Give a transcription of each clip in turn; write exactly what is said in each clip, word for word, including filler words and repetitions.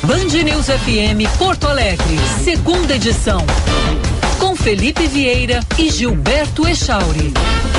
Band News F M Porto Alegre, segunda edição. Com Felipe Vieira e Gilberto Echauri.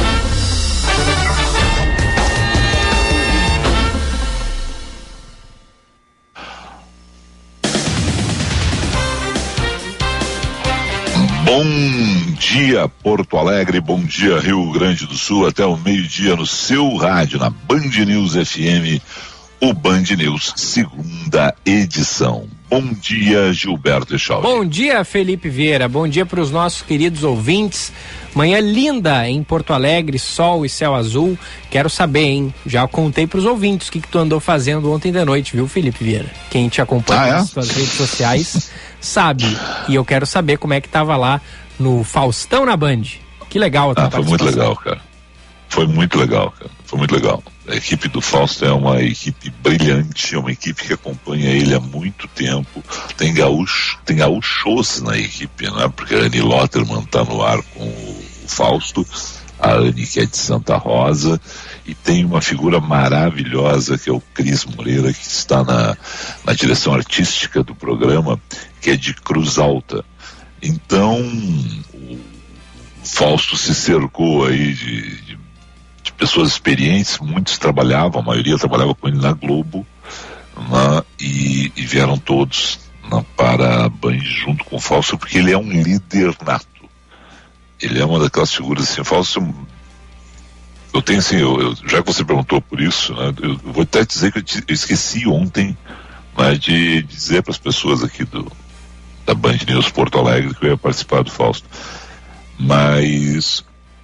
Bom dia, Porto Alegre, bom dia, Rio Grande do Sul, até o meio-dia no seu rádio, na Band News F M, o Band News, segunda edição. Bom dia, Gilberto Echauri. Bom dia, Felipe Vieira, bom dia para os nossos queridos ouvintes. Manhã linda em Porto Alegre, sol e céu azul. Quero saber, hein? Já contei para os ouvintes o que, que tu andou fazendo ontem de noite, viu, Felipe Vieira? Quem te acompanha ah, é? nas suas redes sociais sabe. E eu quero saber como é que tava lá no Faustão na Band. Que legal a tua Ah, foi muito legal, cara. Foi muito legal, cara. Foi muito legal. A equipe do Fausto é uma equipe brilhante, é uma equipe que acompanha ele há muito tempo. Tem gaúcho, tem gaúchos na equipe, né? Porque a Anny Lotterman tá no ar com o Fausto, a Anny, que é de Santa Rosa, e tem uma figura maravilhosa que é o Cris Moreira, que está na, na direção artística do programa, que é de Cruz Alta. Então o Fausto se cercou aí de, de, de pessoas experientes, muitos trabalhavam, a maioria trabalhava com ele na Globo, né, e, e vieram todos, né, para a Band junto com o Fausto, porque ele é um líder nato. Ele é uma daquelas figuras assim, Fausto. Eu tenho assim, eu, eu, já que você perguntou por isso, né, eu, eu vou até dizer que eu, te, eu esqueci ontem, né, de, de dizer para as pessoas aqui do, da Band News Porto Alegre que eu ia participar do Fausto. Mas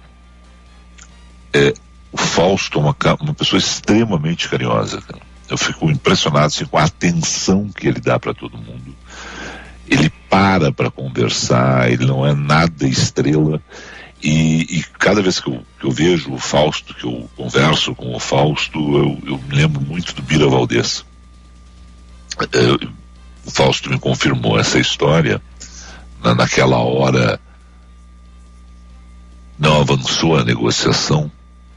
é, o Fausto é uma, uma pessoa extremamente carinhosa, cara. Eu fico impressionado assim, com a atenção que ele dá para todo mundo. Ele para para conversar, ele não é nada estrela. E, e cada vez que eu, que eu vejo o Fausto, que eu converso com o Fausto, eu, eu me lembro muito do Bira Valdez. Eu, o Fausto me confirmou essa história. Na, naquela hora não avançou a negociação,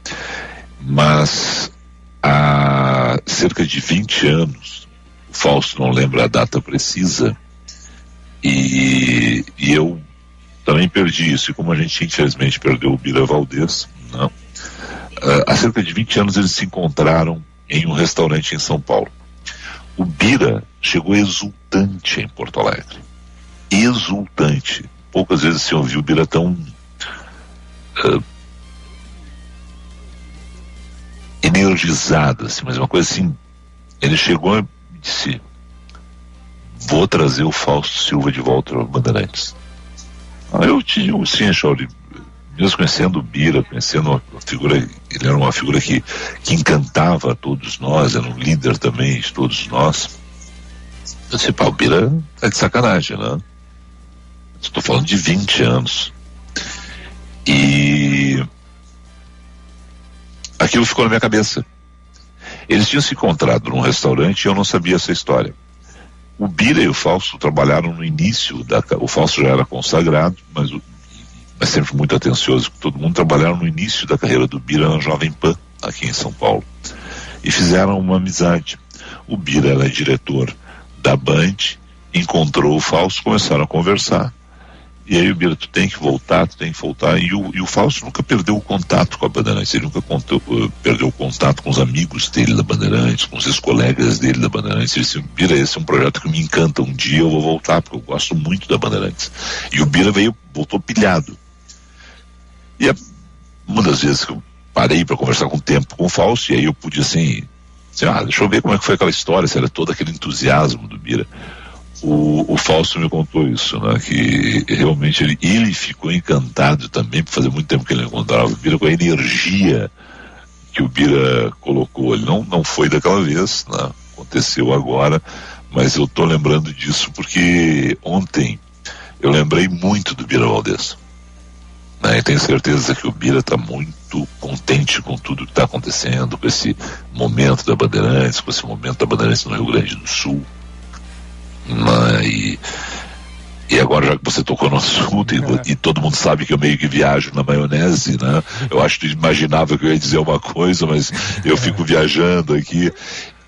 mas há cerca de vinte anos, o Fausto não lembra a data precisa, e, e eu também perdi isso, e como a gente infelizmente perdeu o Bira Valdez, não, uh, há cerca de vinte anos eles se encontraram em um restaurante em São Paulo. O Bira chegou exultante em Porto Alegre, exultante. Poucas vezes se ouviu o Bira tão uh, energizado, assim, mas uma coisa assim, ele chegou e disse: vou trazer o Fausto Silva de volta ao Bandeirantes. Ah, eu tinha, sim, Chauri, mesmo conhecendo o Bira, conhecendo a figura, ele era uma figura que, que encantava a todos nós, era um líder também de todos nós. Eu disse, pá, o Bira é de sacanagem, né? Estou falando de vinte anos. E aquilo ficou na minha cabeça. Eles tinham se encontrado num restaurante e eu não sabia essa história. O Bira e o Fausto trabalharam no início da... O Fausto já era consagrado, mas, o, mas sempre muito atencioso com todo mundo. Trabalharam no início da carreira do Bira na Jovem Pan, aqui em São Paulo. E fizeram uma amizade. O Bira era diretor da Band, encontrou o Fausto, começaram a conversar. E aí o Bira, tu tem que voltar, tu tem que voltar. E o, e o Fausto nunca perdeu o contato com a Bandeirantes, ele nunca contou, uh, perdeu o contato com os amigos dele da Bandeirantes, com os ex-colegas dele da Bandeirantes. Ele disse, Bira, esse é um projeto que me encanta, um dia eu vou voltar, porque eu gosto muito da Bandeirantes. E o Bira veio, voltou pilhado. E a, uma das vezes que eu parei para conversar com o tempo com o Fausto, e aí eu pude assim, assim, ah, deixa eu ver como é que foi aquela história, se era todo aquele entusiasmo do Bira. O, o Fausto me contou isso, né, que realmente ele, ele ficou encantado também, por fazer muito tempo que ele não encontrava o Bira, com a energia que o Bira colocou. Ele não, não foi daquela vez, né, aconteceu agora, mas eu tô lembrando disso porque ontem eu lembrei muito do Bira Valdez, né, e tenho certeza que o Bira está muito contente com tudo que está acontecendo, com esse momento da Bandeirantes, com esse momento da Bandeirantes no Rio Grande do Sul. Né, e, e agora, já que você tocou no assunto, e, e todo mundo sabe que eu meio que viajo na maionese, né? Eu acho que imaginava que eu ia dizer uma coisa, mas eu fico viajando aqui.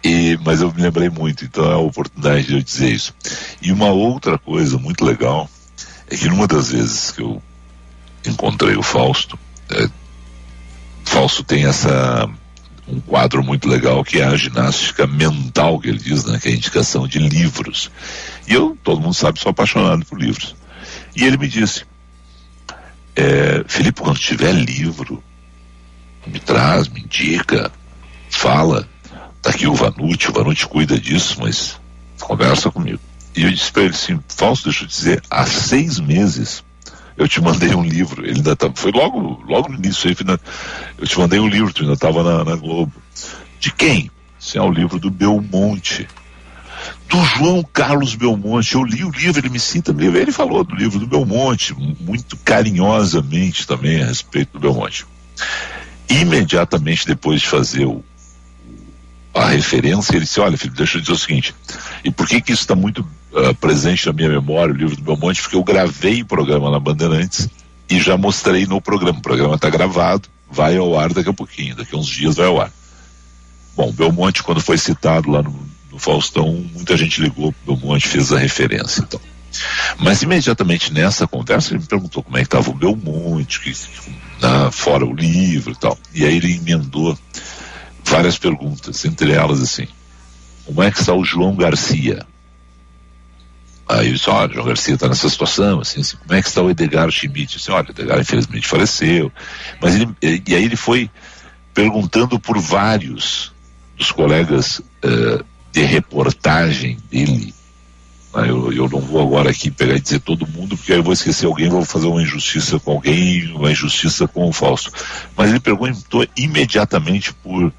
E, mas eu me lembrei muito, então é a oportunidade de eu dizer isso. E uma outra coisa muito legal é que numa das vezes que eu encontrei o Fausto, é, Fausto tem essa um quadro muito legal que é a ginástica mental, que ele diz, né, que é a indicação de livros. E eu, todo mundo sabe, sou apaixonado por livros. E ele me disse, é, Felipe, quando tiver livro, me traz, me indica, fala. Tá aqui o Vanucci, o Vanucci cuida disso, mas conversa comigo. E eu disse para ele assim, Fausto, deixa eu dizer, há seis meses eu te mandei um livro, ele ainda tá, foi logo, logo no início, aí, eu te mandei um livro, tu ainda estava na, na Globo. De quem? Esse é o livro do Belmonte, do João Carlos Belmonte. Eu li o livro, ele me cita, ele falou do livro do Belmonte, muito carinhosamente também a respeito do Belmonte. Imediatamente depois de fazer o a referência, ele disse, olha, filho, deixa eu dizer o seguinte, e por que que isso está muito uh, presente na minha memória, o livro do Belmonte? Porque eu gravei o programa na Bandeirantes e já mostrei no programa, o programa está gravado, vai ao ar daqui a pouquinho, daqui a uns dias vai ao ar. Bom, o Belmonte, quando foi citado lá no, no Faustão, muita gente ligou pro Belmonte, fez a referência, então. Mas imediatamente nessa conversa ele me perguntou como é que estava o Belmonte, que, na, fora o livro e tal, e aí ele emendou várias perguntas, entre elas assim, como é que está o João Garcia? Aí ele disse, olha, o João Garcia está nessa situação, assim, assim, como é que está o Edgar Schmidt? Assim, olha, o Edgar infelizmente faleceu, mas ele, e aí ele foi perguntando por vários dos colegas uh, de reportagem dele. Ah, eu, eu não vou agora aqui pegar e dizer todo mundo, porque aí eu vou esquecer alguém, vou fazer uma injustiça com alguém, uma injustiça com o Fausto. Mas ele perguntou imediatamente por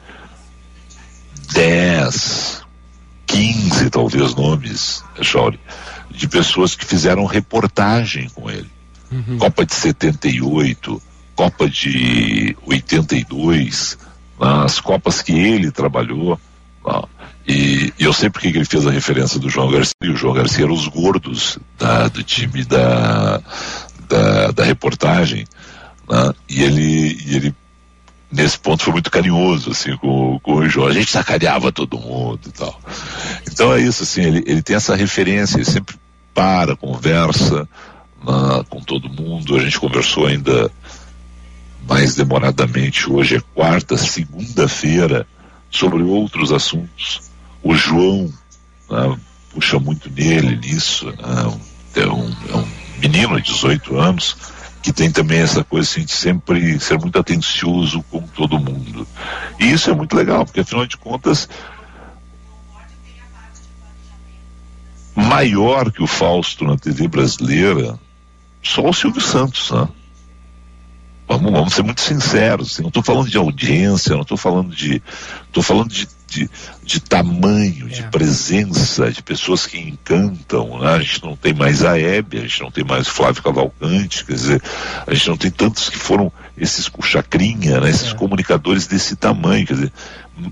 dez, quinze talvez nomes, Chauri, de pessoas que fizeram reportagem com ele. Uhum. Copa de setenta e oito, Copa de oitenta e dois, as Copas que ele trabalhou. Não. E, e eu sei porque que ele fez a referência do João Garcia. O João Garcia era os gordos da, do time da, da, da reportagem, né? E ele, e ele nesse ponto foi muito carinhoso assim, com, com o João. A gente sacaneava todo mundo e tal. Então é isso, assim, ele, ele tem essa referência, ele sempre para, conversa, né, com todo mundo. A gente conversou ainda mais demoradamente, hoje é quarta, segunda-feira, sobre outros assuntos. O João, né, puxa muito nele nisso, né, é, um, é um menino de dezoito anos que tem também essa coisa assim, de sempre ser muito atencioso com todo mundo, e isso é muito legal, porque afinal de contas, maior que o Fausto na T V brasileira, só o Silvio Santos, né? Vamos, vamos ser muito sinceros, assim, não estou falando de audiência, não estou falando de estou falando de, de, de tamanho, é. de presença, de pessoas que encantam, né? A gente não tem mais a Hebe, a gente não tem mais o Flávio Cavalcante, quer dizer, a gente não tem tantos que foram esses o Chacrinha, né? Esses é. comunicadores desse tamanho, quer dizer,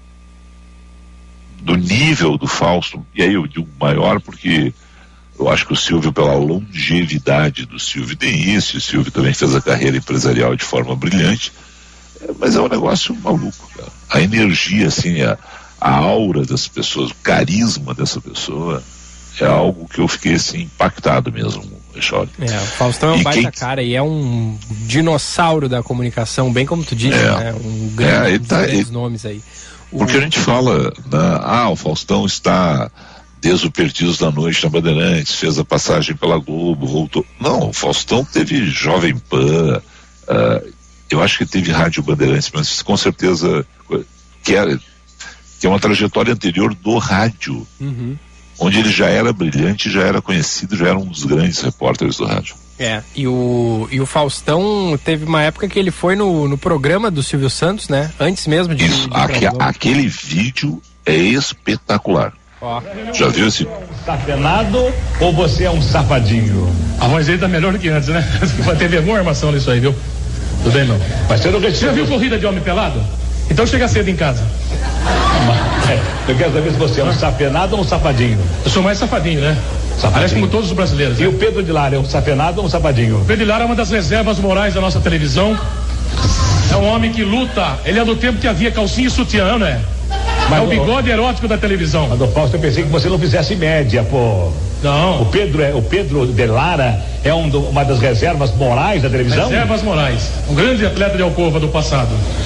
do nível do Fausto. E aí eu digo maior porque eu acho que o Silvio, pela longevidade do Silvio, tem isso, o Silvio também fez a carreira empresarial de forma brilhante, é, mas é um negócio maluco, cara. A energia, assim, a, a aura das pessoas, o carisma dessa pessoa, é algo que eu fiquei, assim, impactado mesmo, Echori. É, o Faustão é um e baita quem... cara, e é um dinossauro da comunicação, bem como tu disse, é, né? Um grande, é, um tá, grandes ele... nomes aí. O... Porque a gente fala, né? Ah, o Faustão está... desde o Perdidos da Noite na Bandeirantes, fez a passagem pela Globo, voltou. Não, o Faustão teve Jovem Pan, uh, eu acho que teve Rádio Bandeirantes, mas com certeza que é, que é uma trajetória anterior do rádio, uhum. onde ele já era brilhante, já era conhecido, já era um dos grandes repórteres do rádio. É, e o, e o Faustão teve uma época que ele foi no, no programa do Silvio Santos, né? Antes mesmo de... Isso, de aque, aquele vídeo é espetacular. Ó. Já viu esse? Safenado ou você é um safadinho? A voz dele tá melhor do que antes, né? Vai ter vergonha armação nisso aí, viu? Tudo bem, não? Mas você não Você já viu corrida de homem pelado? Então chega cedo em casa. É, eu quero saber se você é um safenado ou um safadinho. Eu sou mais safadinho, né? Safadinho. Aliás, como todos os brasileiros. E né? o Pedro de Lara é um safenado ou um safadinho? O Pedro de Lara é uma das reservas morais da nossa televisão. É um homem que luta. Ele é do tempo que havia calcinha e sutiã, não é? Mas é o bigode erótico da televisão. Mas, Fausto, eu pensei que você não fizesse média, pô. Não. O Pedro, é, o Pedro de Lara é um do, uma das reservas morais da televisão? Reservas morais. Um grande atleta de Alcova do passado.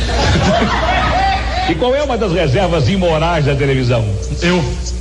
E qual é uma das reservas imorais da televisão? Eu.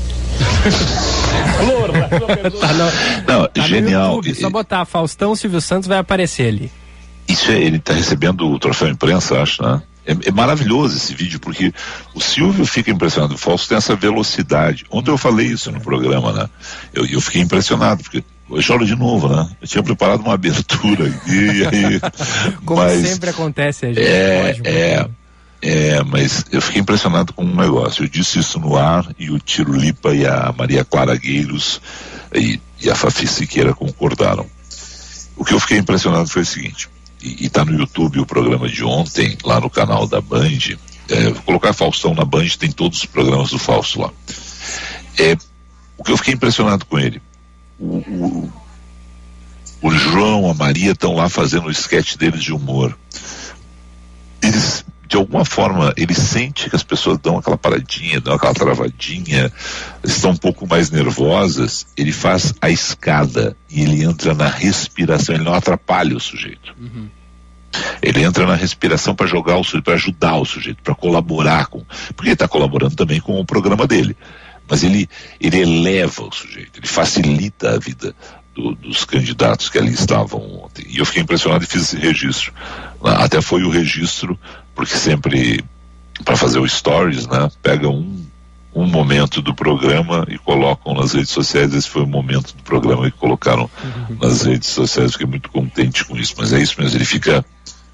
Flor, tá no, não, tá genial. YouTube, só botar Faustão Silvio Santos vai aparecer ali. Isso é, ele tá recebendo o troféu imprensa, acho, né? É, é maravilhoso esse vídeo, porque o Silvio fica impressionado, o Fausto tem essa velocidade. Ontem eu falei isso no programa, né? Eu, eu fiquei impressionado, porque eu choro de novo, né? Eu tinha preparado uma abertura aqui, e aí, como mas, sempre acontece, a gente é, pode, é, é, mas eu fiquei impressionado com um negócio. Eu disse isso no ar e o Tiro Lipa e a Maria Clara Gueiros e, e a Fafi Siqueira concordaram. O que eu fiquei impressionado foi o seguinte, e está no YouTube o programa de ontem, lá no canal da Band, é, vou colocar Faustão na Band, tem todos os programas do Fausto lá. É, o que eu fiquei impressionado com ele, o, o, o João, a Maria estão lá fazendo o sketch deles de humor. Eles, de alguma forma, ele sente que as pessoas dão aquela paradinha, dão aquela travadinha, estão um pouco mais nervosas, ele faz a escada e ele entra na respiração, ele não atrapalha o sujeito. Uhum. Ele entra na respiração para jogar o sujeito, para ajudar o sujeito, para colaborar com, porque ele está colaborando também com o programa dele, mas ele, ele eleva o sujeito, ele facilita a vida do, dos candidatos que ali estavam ontem, e eu fiquei impressionado e fiz esse registro. Até foi o registro, porque sempre, para fazer o stories, né, pega um, um momento do programa e colocam nas redes sociais. Esse foi o momento do programa que colocaram uhum. nas redes sociais. Fiquei muito contente com isso, mas é isso mesmo, ele fica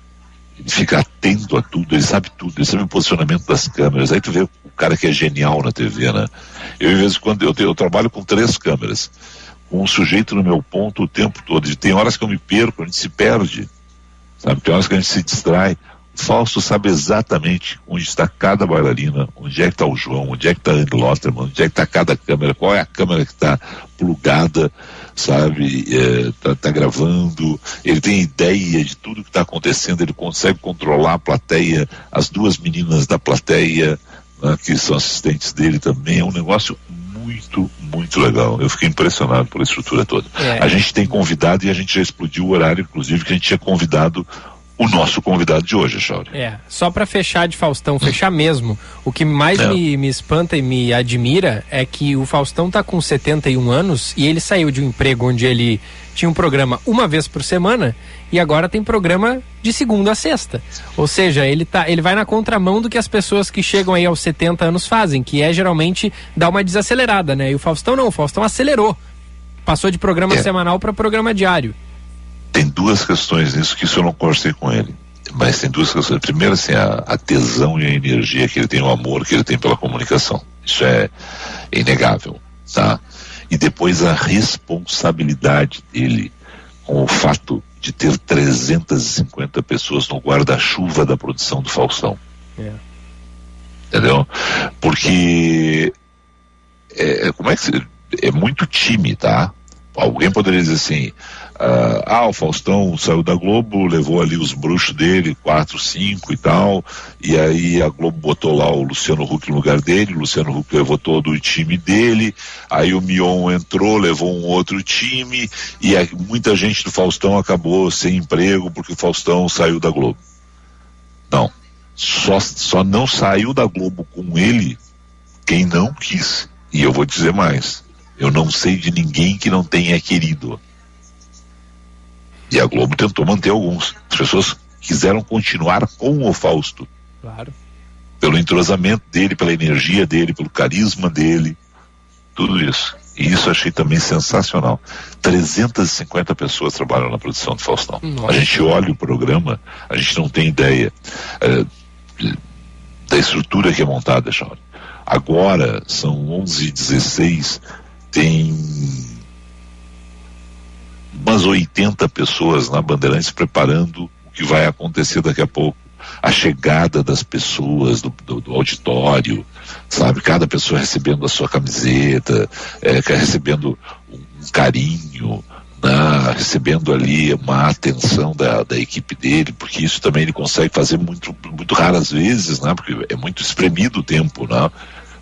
ele fica atento a tudo, ele sabe tudo, ele sabe o posicionamento das câmeras. Aí tu vê o cara que é genial na T V, né? Eu, de vez em quando, eu, eu trabalho com três câmeras, com um sujeito no meu ponto o tempo todo, e tem horas que eu me perco, a gente se perde, sabe? Tem horas que a gente se distrai. O Fausto sabe exatamente onde está cada bailarina, onde é que está o João, onde é que está a Anne Lotterman, onde é que está cada câmera, qual é a câmera que está plugada, sabe, é, tá, tá gravando, ele tem ideia de tudo que está acontecendo, ele consegue controlar a plateia, as duas meninas da plateia, né, que são assistentes dele também. É um negócio muito, muito legal. Eu fiquei impressionado por a estrutura toda. É. A gente tem convidado e a gente já explodiu o horário, inclusive, que a gente tinha convidado o nosso convidado de hoje, Chauri. É, só para fechar de Faustão, fechar mesmo, o que mais é. me, me espanta e me admira é que o Faustão tá com setenta e um anos e ele saiu de um emprego onde ele tinha um programa uma vez por semana e agora tem programa de segunda a sexta. Ou seja, ele, tá, ele vai na contramão do que as pessoas que chegam aí aos setenta anos fazem, que é geralmente dar uma desacelerada, né? E o Faustão não, o Faustão acelerou. Passou de programa é. semanal para programa diário. Tem duas questões nisso que isso eu não conversei com ele, mas tem duas questões. Primeiro, assim, a, a tesão e a energia que ele tem, o amor que ele tem pela comunicação. Isso é inegável, tá? E depois a responsabilidade dele com o fato de ter trezentas e cinquenta pessoas no guarda-chuva da produção do Faustão. É. Entendeu? Porque é, como é que se, é muito time, tá? Alguém poderia dizer assim, Uh, ah, o Faustão saiu da Globo, levou ali os bruxos dele, quatro, cinco e tal, e aí a Globo botou lá o Luciano Huck no lugar dele, o Luciano Huck levou todo o time dele, aí o Mion entrou, levou um outro time, e aí, muita gente do Faustão acabou sem emprego porque o Faustão saiu da Globo. Não, só, só não saiu da Globo com ele quem não quis, e eu vou dizer mais, eu não sei de ninguém que não tenha querido. E a Globo tentou manter alguns. As pessoas quiseram continuar com o Fausto. Claro. Pelo entrosamento dele, pela energia dele, pelo carisma dele. Tudo isso. E isso eu achei também sensacional. trezentas e cinquenta pessoas trabalham na produção do Faustão. Nossa. A gente olha o programa, a gente não tem ideia é, da estrutura que é montada, Chauri. Agora, são onze e dezesseis, tem umas oitenta pessoas na Bandeirantes preparando o que vai acontecer daqui a pouco. A chegada das pessoas do, do, do auditório, sabe? Cada pessoa recebendo a sua camiseta, é, recebendo um carinho, né? Recebendo ali uma atenção da, da equipe dele, porque isso também ele consegue fazer muito, muito raras vezes, né? Porque é muito espremido o tempo, né?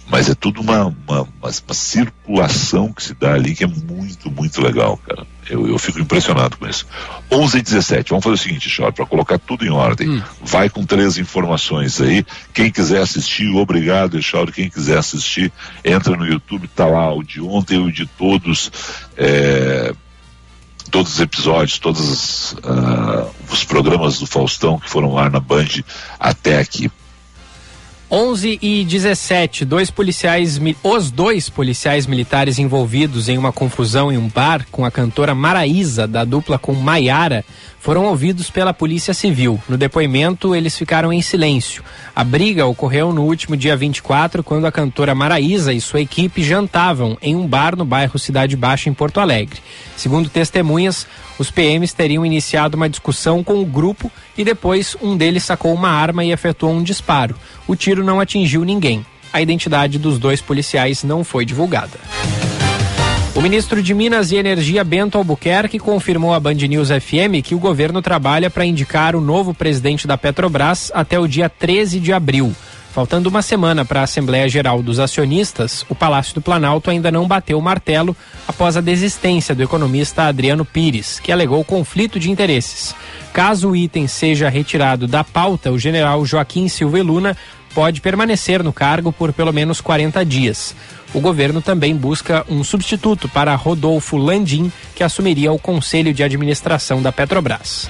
Mas é tudo uma, uma, uma, uma circulação que se dá ali que é muito, muito legal, cara. Eu, eu fico impressionado com isso. onze e dezessete, vamos fazer o seguinte, Chauri, para colocar tudo em ordem. Hum. Vai com três informações aí. Quem quiser assistir, obrigado, Chauri. Quem quiser assistir, entra no YouTube, tá lá o de ontem e o de todos. É... todos os episódios, todos uh, os programas do Faustão que foram lá na Band até aqui. onze e dezessete, dois policiais, os dois policiais militares envolvidos em uma confusão em um bar com a cantora Maraísa, da dupla com Maiara, foram ouvidos pela Polícia Civil. No depoimento, eles ficaram em silêncio. A briga ocorreu no último dia vinte e quatro, quando a cantora Maraísa e sua equipe jantavam em um bar no bairro Cidade Baixa, em Porto Alegre. Segundo testemunhas, os P Ms teriam iniciado uma discussão com o grupo e depois um deles sacou uma arma e efetuou um disparo. O tiro não atingiu ninguém. A identidade dos dois policiais não foi divulgada. O ministro de Minas e Energia, Bento Albuquerque, confirmou à Band News F M que o governo trabalha para indicar o novo presidente da Petrobras até o dia treze de abril. Faltando uma semana para a Assembleia Geral dos Acionistas, o Palácio do Planalto ainda não bateu o martelo após a desistência do economista Adriano Pires, que alegou conflito de interesses. Caso o item seja retirado da pauta, o general Joaquim Silva e Luna pode permanecer no cargo por pelo menos quarenta dias. O governo também busca um substituto para Rodolfo Landim, que assumiria o Conselho de Administração da Petrobras.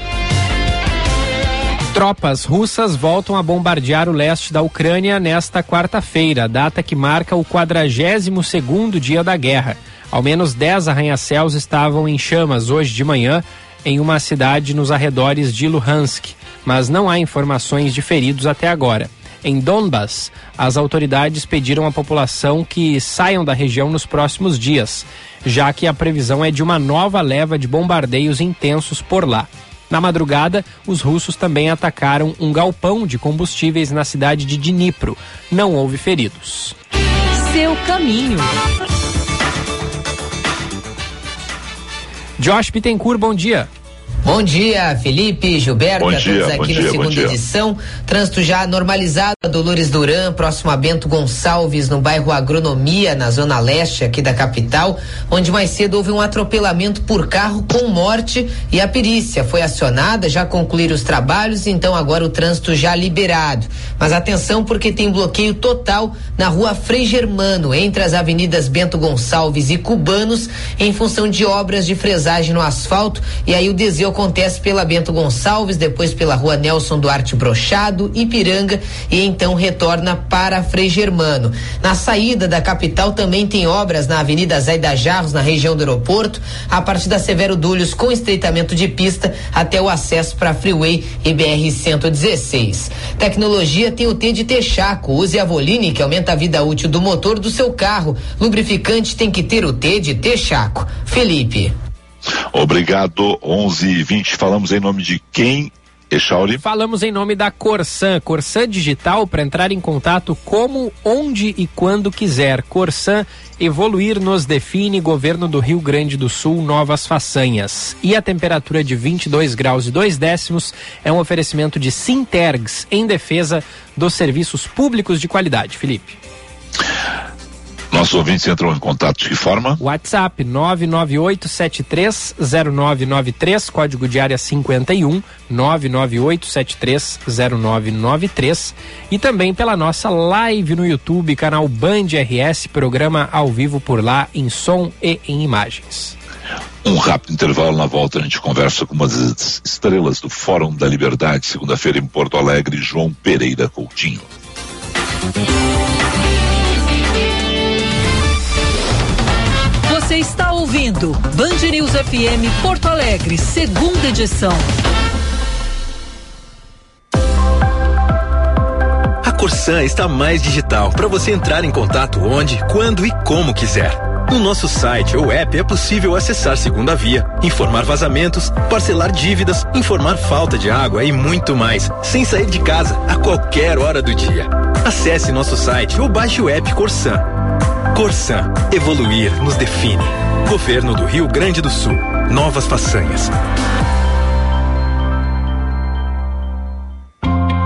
Tropas russas voltam a bombardear o leste da Ucrânia nesta quarta-feira, data que marca o quadragésimo segundo dia da guerra. Ao menos dez arranha-céus estavam em chamas hoje de manhã em uma cidade nos arredores de Luhansk, mas não há informações de feridos até agora. Em Donbas, as autoridades pediram à população que saiam da região nos próximos dias, já que a previsão é de uma nova leva de bombardeios intensos por lá. Na madrugada, os russos também atacaram um galpão de combustíveis na cidade de Dnipro. Não houve feridos. Seu caminho. Josh Bittencourt, bom dia. Bom dia, Felipe, Gilberto, bom a dia, todos aqui dia, na segunda edição. Trânsito já normalizado, Dolores Duran, próximo a Bento Gonçalves, no bairro Agronomia, na zona leste aqui da capital, onde mais cedo houve um atropelamento por carro com morte e a perícia foi acionada, já concluíram os trabalhos, então agora o trânsito já liberado. Mas atenção, porque tem bloqueio total na rua Frei Germano, entre as avenidas Bento Gonçalves e Cubanos, em função de obras de fresagem no asfalto, e aí o desvio acontece pela Bento Gonçalves, depois pela rua Nelson Duarte Brochado, Ipiranga, e então retorna para Frei Germano. Na saída da capital também tem obras na Avenida Zaida Jarros, na região do aeroporto, a partir da Severo Dúlios, com estreitamento de pista até o acesso para a Freeway e B R cento e dezesseis. Tecnologia tem o T de Texaco. Use a Voline, que aumenta a vida útil do motor do seu carro. Lubrificante tem que ter o T de Texaco. Felipe. Obrigado, onze e vinte, falamos em nome de quem, Echauri? Falamos em nome da Corsan, Corsan Digital, para entrar em contato como, onde e quando quiser. Corsan, evoluir nos define. Governo do Rio Grande do Sul, novas façanhas. E a temperatura de vinte e dois graus e dois décimos é um oferecimento de Sintergs, em defesa dos serviços públicos de qualidade. Felipe. Nossos ouvintes entram em contato de que forma? WhatsApp nove nove oito sete três zero nove nove três, código de área cinquenta e um, nove nove oito sete três zero nove nove três, e também pela nossa live no YouTube, canal Band R S, programa ao vivo por lá, em som e em imagens. Um rápido intervalo, na volta a gente conversa com uma das estrelas do Fórum da Liberdade, segunda-feira em Porto Alegre, João Pereira Coutinho. Você está ouvindo Band News F M Porto Alegre, segunda edição. A Corsan está mais digital para você entrar em contato onde, quando e como quiser. No nosso site ou app é possível acessar segunda via, informar vazamentos, parcelar dívidas, informar falta de água e muito mais, sem sair de casa, a qualquer hora do dia. Acesse nosso site ou baixe o app Corsan. Corsan, evoluir nos define. Governo do Rio Grande do Sul, novas façanhas. Eu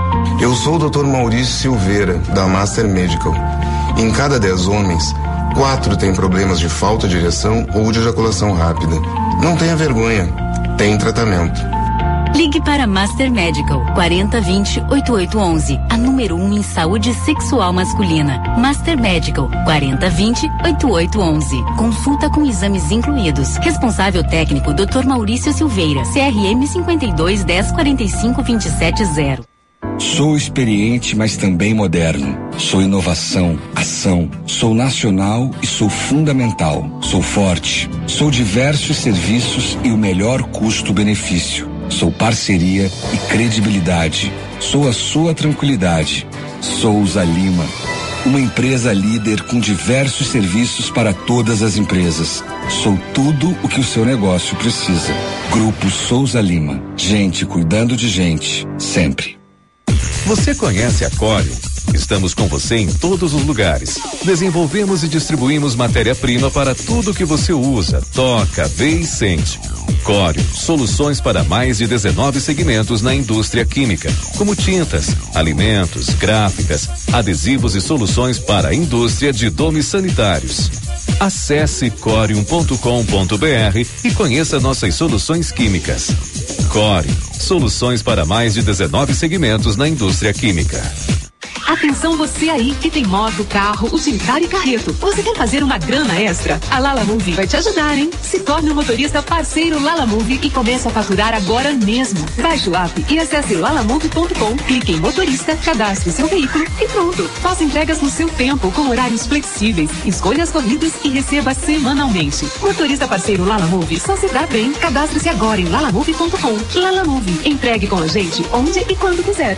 Eu sou o doutor Maurício Silveira, da Master Medical. Em cada dez homens, quatro têm problemas de falta de ereção ou de ejaculação rápida. Não tenha vergonha, tem tratamento. Ligue para Master Medical quarenta vinte, oitenta e oito onze, a número um em saúde sexual masculina. Master Medical quarenta vinte, oitenta e oito onze. Consulta com exames incluídos. Responsável técnico doutor Maurício Silveira, C R M cinquenta e dois, dez, quarenta e cinco, vinte e sete zero. Sou experiente, mas também moderno. Sou inovação, ação. Sou nacional e sou fundamental. Sou forte. Sou diversos serviços e o melhor custo-benefício. Sou parceria e credibilidade. Sou a sua tranquilidade. Souza Lima. Uma empresa líder com diversos serviços para todas as empresas. Sou tudo o que o seu negócio precisa. Grupo Souza Lima. Gente cuidando de gente, sempre. Você conhece a Corium? Estamos com você em todos os lugares. Desenvolvemos e distribuímos matéria-prima para tudo que você usa, toca, vê e sente. Corium, soluções para mais de dezenove segmentos na indústria química, como tintas, alimentos, gráficas, adesivos e soluções para a indústria de domes sanitários. Acesse corium ponto com ponto br e conheça nossas soluções químicas. Corium, soluções para mais de dezenove segmentos na indústria química. Atenção você aí que tem moto, carro, utilitário e carreto. Você quer fazer uma grana extra? A Lala Move vai te ajudar, hein? Se torne um motorista parceiro Lala Move e comece a faturar agora mesmo. Baixe o app e acesse lala move ponto com, clique em motorista, cadastre seu veículo e pronto. Faça entregas no seu tempo com horários flexíveis. Escolha as corridas e receba semanalmente. Motorista parceiro Lala Move só se dá bem. Cadastre-se agora em lala move ponto com. Lala Move. Entregue com a gente onde e quando quiser.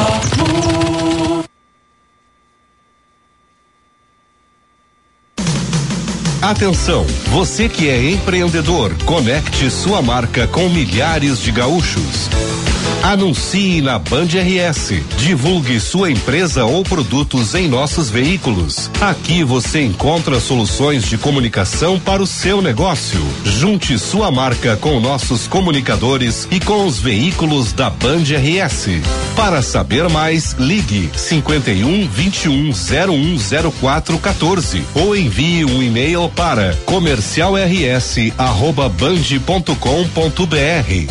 Lala. Atenção, você que é empreendedor, conecte sua marca com milhares de gaúchos. Anuncie na Band R S. Divulgue sua empresa ou produtos em nossos veículos. Aqui você encontra soluções de comunicação para o seu negócio. Junte sua marca com nossos comunicadores e com os veículos da Band R S. Para saber mais, ligue cinquenta e um, vinte e um, zero um zero quatro, quatorze ou envie um e-mail para comercial r s arroba band ponto com ponto b r.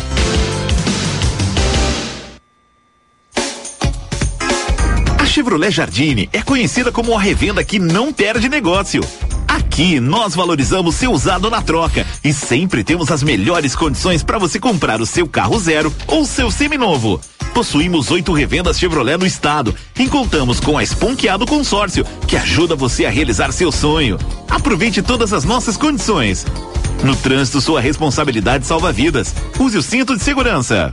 A Chevrolet Jardine é conhecida como a revenda que não perde negócio. Aqui nós valorizamos seu usado na troca e sempre temos as melhores condições para você comprar o seu carro zero ou seu seminovo. Possuímos oito revendas Chevrolet no estado e contamos com a Esponqueado Consórcio, que ajuda você a realizar seu sonho. Aproveite todas as nossas condições. No trânsito, sua responsabilidade salva vidas. Use o cinto de segurança.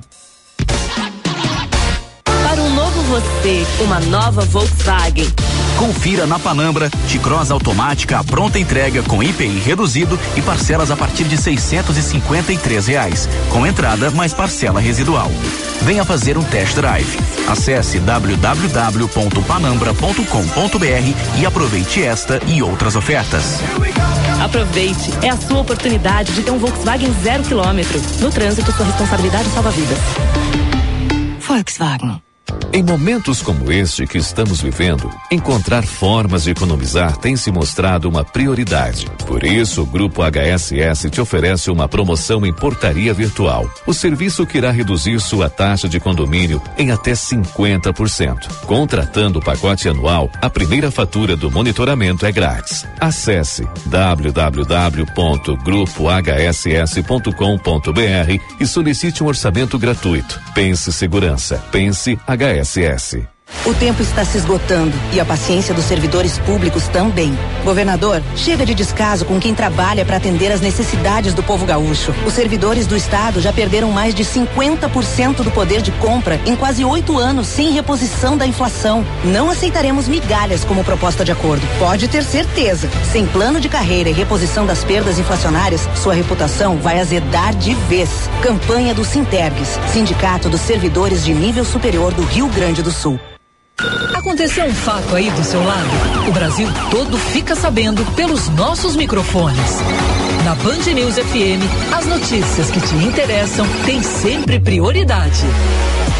Para um novo você, uma nova Volkswagen. Confira na Panambra, T-Cross automática à pronta entrega com I P I reduzido e parcelas a partir de seiscentos e cinquenta e três reais, com entrada mais parcela residual. Venha fazer um test drive. Acesse w w w ponto panambra ponto com ponto b r e aproveite esta e outras ofertas. Aproveite, é a sua oportunidade de ter um Volkswagen zero quilômetro. No trânsito, sua responsabilidade salva vidas. Volkswagen. Em momentos como este que estamos vivendo, encontrar formas de economizar tem se mostrado uma prioridade. Por isso, o Grupo H S S te oferece uma promoção em portaria virtual. O serviço que irá reduzir sua taxa de condomínio em até cinquenta por cento. Contratando o pacote anual, a primeira fatura do monitoramento é grátis. Acesse w w w ponto grupo h s s ponto com ponto b r e solicite um orçamento gratuito. Pense segurança. Pense H S S. O tempo está se esgotando e a paciência dos servidores públicos também. Governador, chega de descaso com quem trabalha para atender as necessidades do povo gaúcho. Os servidores do estado já perderam mais de cinquenta por cento do poder de compra em quase oito anos sem reposição da inflação. Não aceitaremos migalhas como proposta de acordo. Pode ter certeza. Sem plano de carreira e reposição das perdas inflacionárias, sua reputação vai azedar de vez. Campanha do Sintergues, Sindicato dos Servidores de Nível Superior do Rio Grande do Sul. Aconteceu um fato aí do seu lado? O Brasil todo fica sabendo pelos nossos microfones. Na Band News F M, as notícias que te interessam têm sempre prioridade. Conexão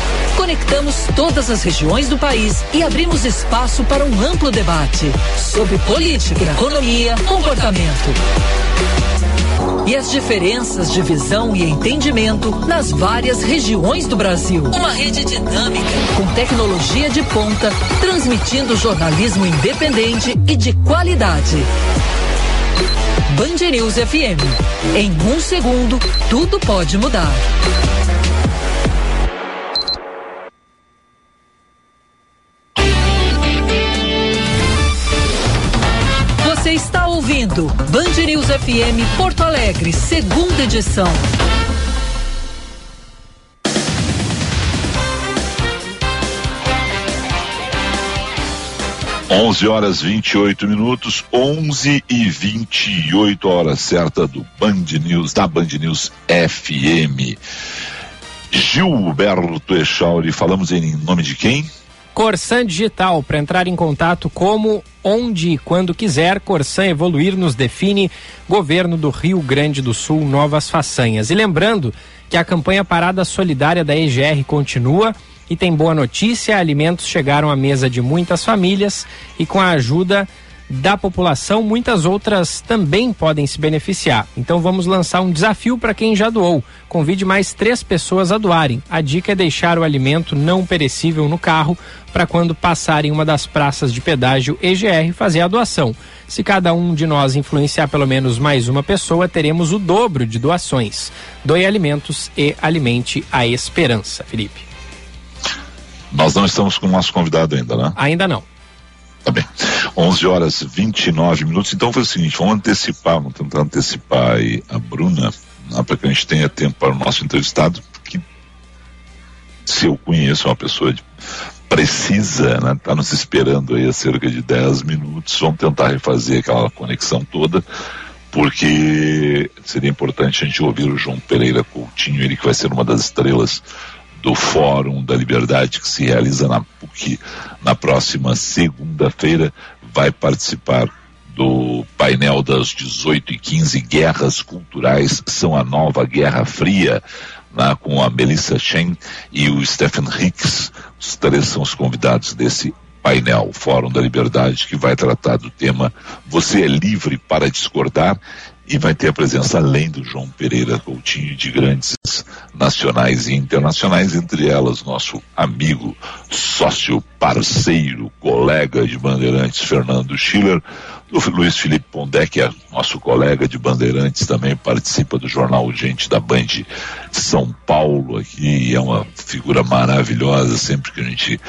conectamos todas as regiões do país e abrimos espaço para um amplo debate sobre política, economia, comportamento e as diferenças de visão e entendimento nas várias regiões do Brasil. Uma rede dinâmica, com tecnologia de ponta, transmitindo jornalismo independente e de qualidade. Band News F M. Em um segundo, tudo pode mudar. Você está ouvindo Band News F M Porto Alegre, segunda edição. onze horas vinte e oito minutos, onze e vinte e oito, hora certa do Band News, da Band News F M. Gilberto Echauri, falamos em nome de quem? Corsan Digital, para entrar em contato como, onde e quando quiser. Corsan Evoluir nos define. Governo do Rio Grande do Sul, novas façanhas. E lembrando que a campanha Parada Solidária da E G R continua e tem boa notícia: alimentos chegaram à mesa de muitas famílias e com a ajuda da população, muitas outras também podem se beneficiar. Então vamos lançar um desafio para quem já doou. Convide mais três pessoas a doarem. A dica é deixar o alimento não perecível no carro para quando passarem uma das praças de pedágio E G R fazer a doação. Se cada um de nós influenciar pelo menos mais uma pessoa, teremos o dobro de doações. Doe alimentos e alimente a esperança. Felipe. Nós não estamos com o nosso convidado ainda, né? Ainda não. Tá bem. onze horas e vinte e nove minutos. Então foi o seguinte, vamos antecipar, vamos tentar antecipar aí a Bruna, né, para que a gente tenha tempo para o nosso entrevistado, que, se eu conheço uma pessoa de, precisa, né, tá nos esperando aí há cerca de dez minutos. Vamos tentar refazer aquela conexão toda, porque seria importante a gente ouvir o João Pereira Coutinho, ele que vai ser uma das estrelas do Fórum da Liberdade, que se realiza na P U C na próxima segunda-feira. Vai participar do painel das dezoito e quinze, Guerras Culturais são a Nova Guerra Fria, né, com a Melissa Chen e o Stephen Hicks. Os três são os convidados desse painel, o Fórum da Liberdade, que vai tratar do tema Você é livre para discordar, e vai ter a presença, além do João Pereira Coutinho, de grandes nacionais e internacionais, entre elas nosso amigo, sócio, parceiro, colega de Bandeirantes, Fernando Schiller, o Luiz Felipe Pondé, que é nosso colega de Bandeirantes, também participa do Jornal Gente da Band de São Paulo aqui, e é uma figura maravilhosa. Sempre que a gente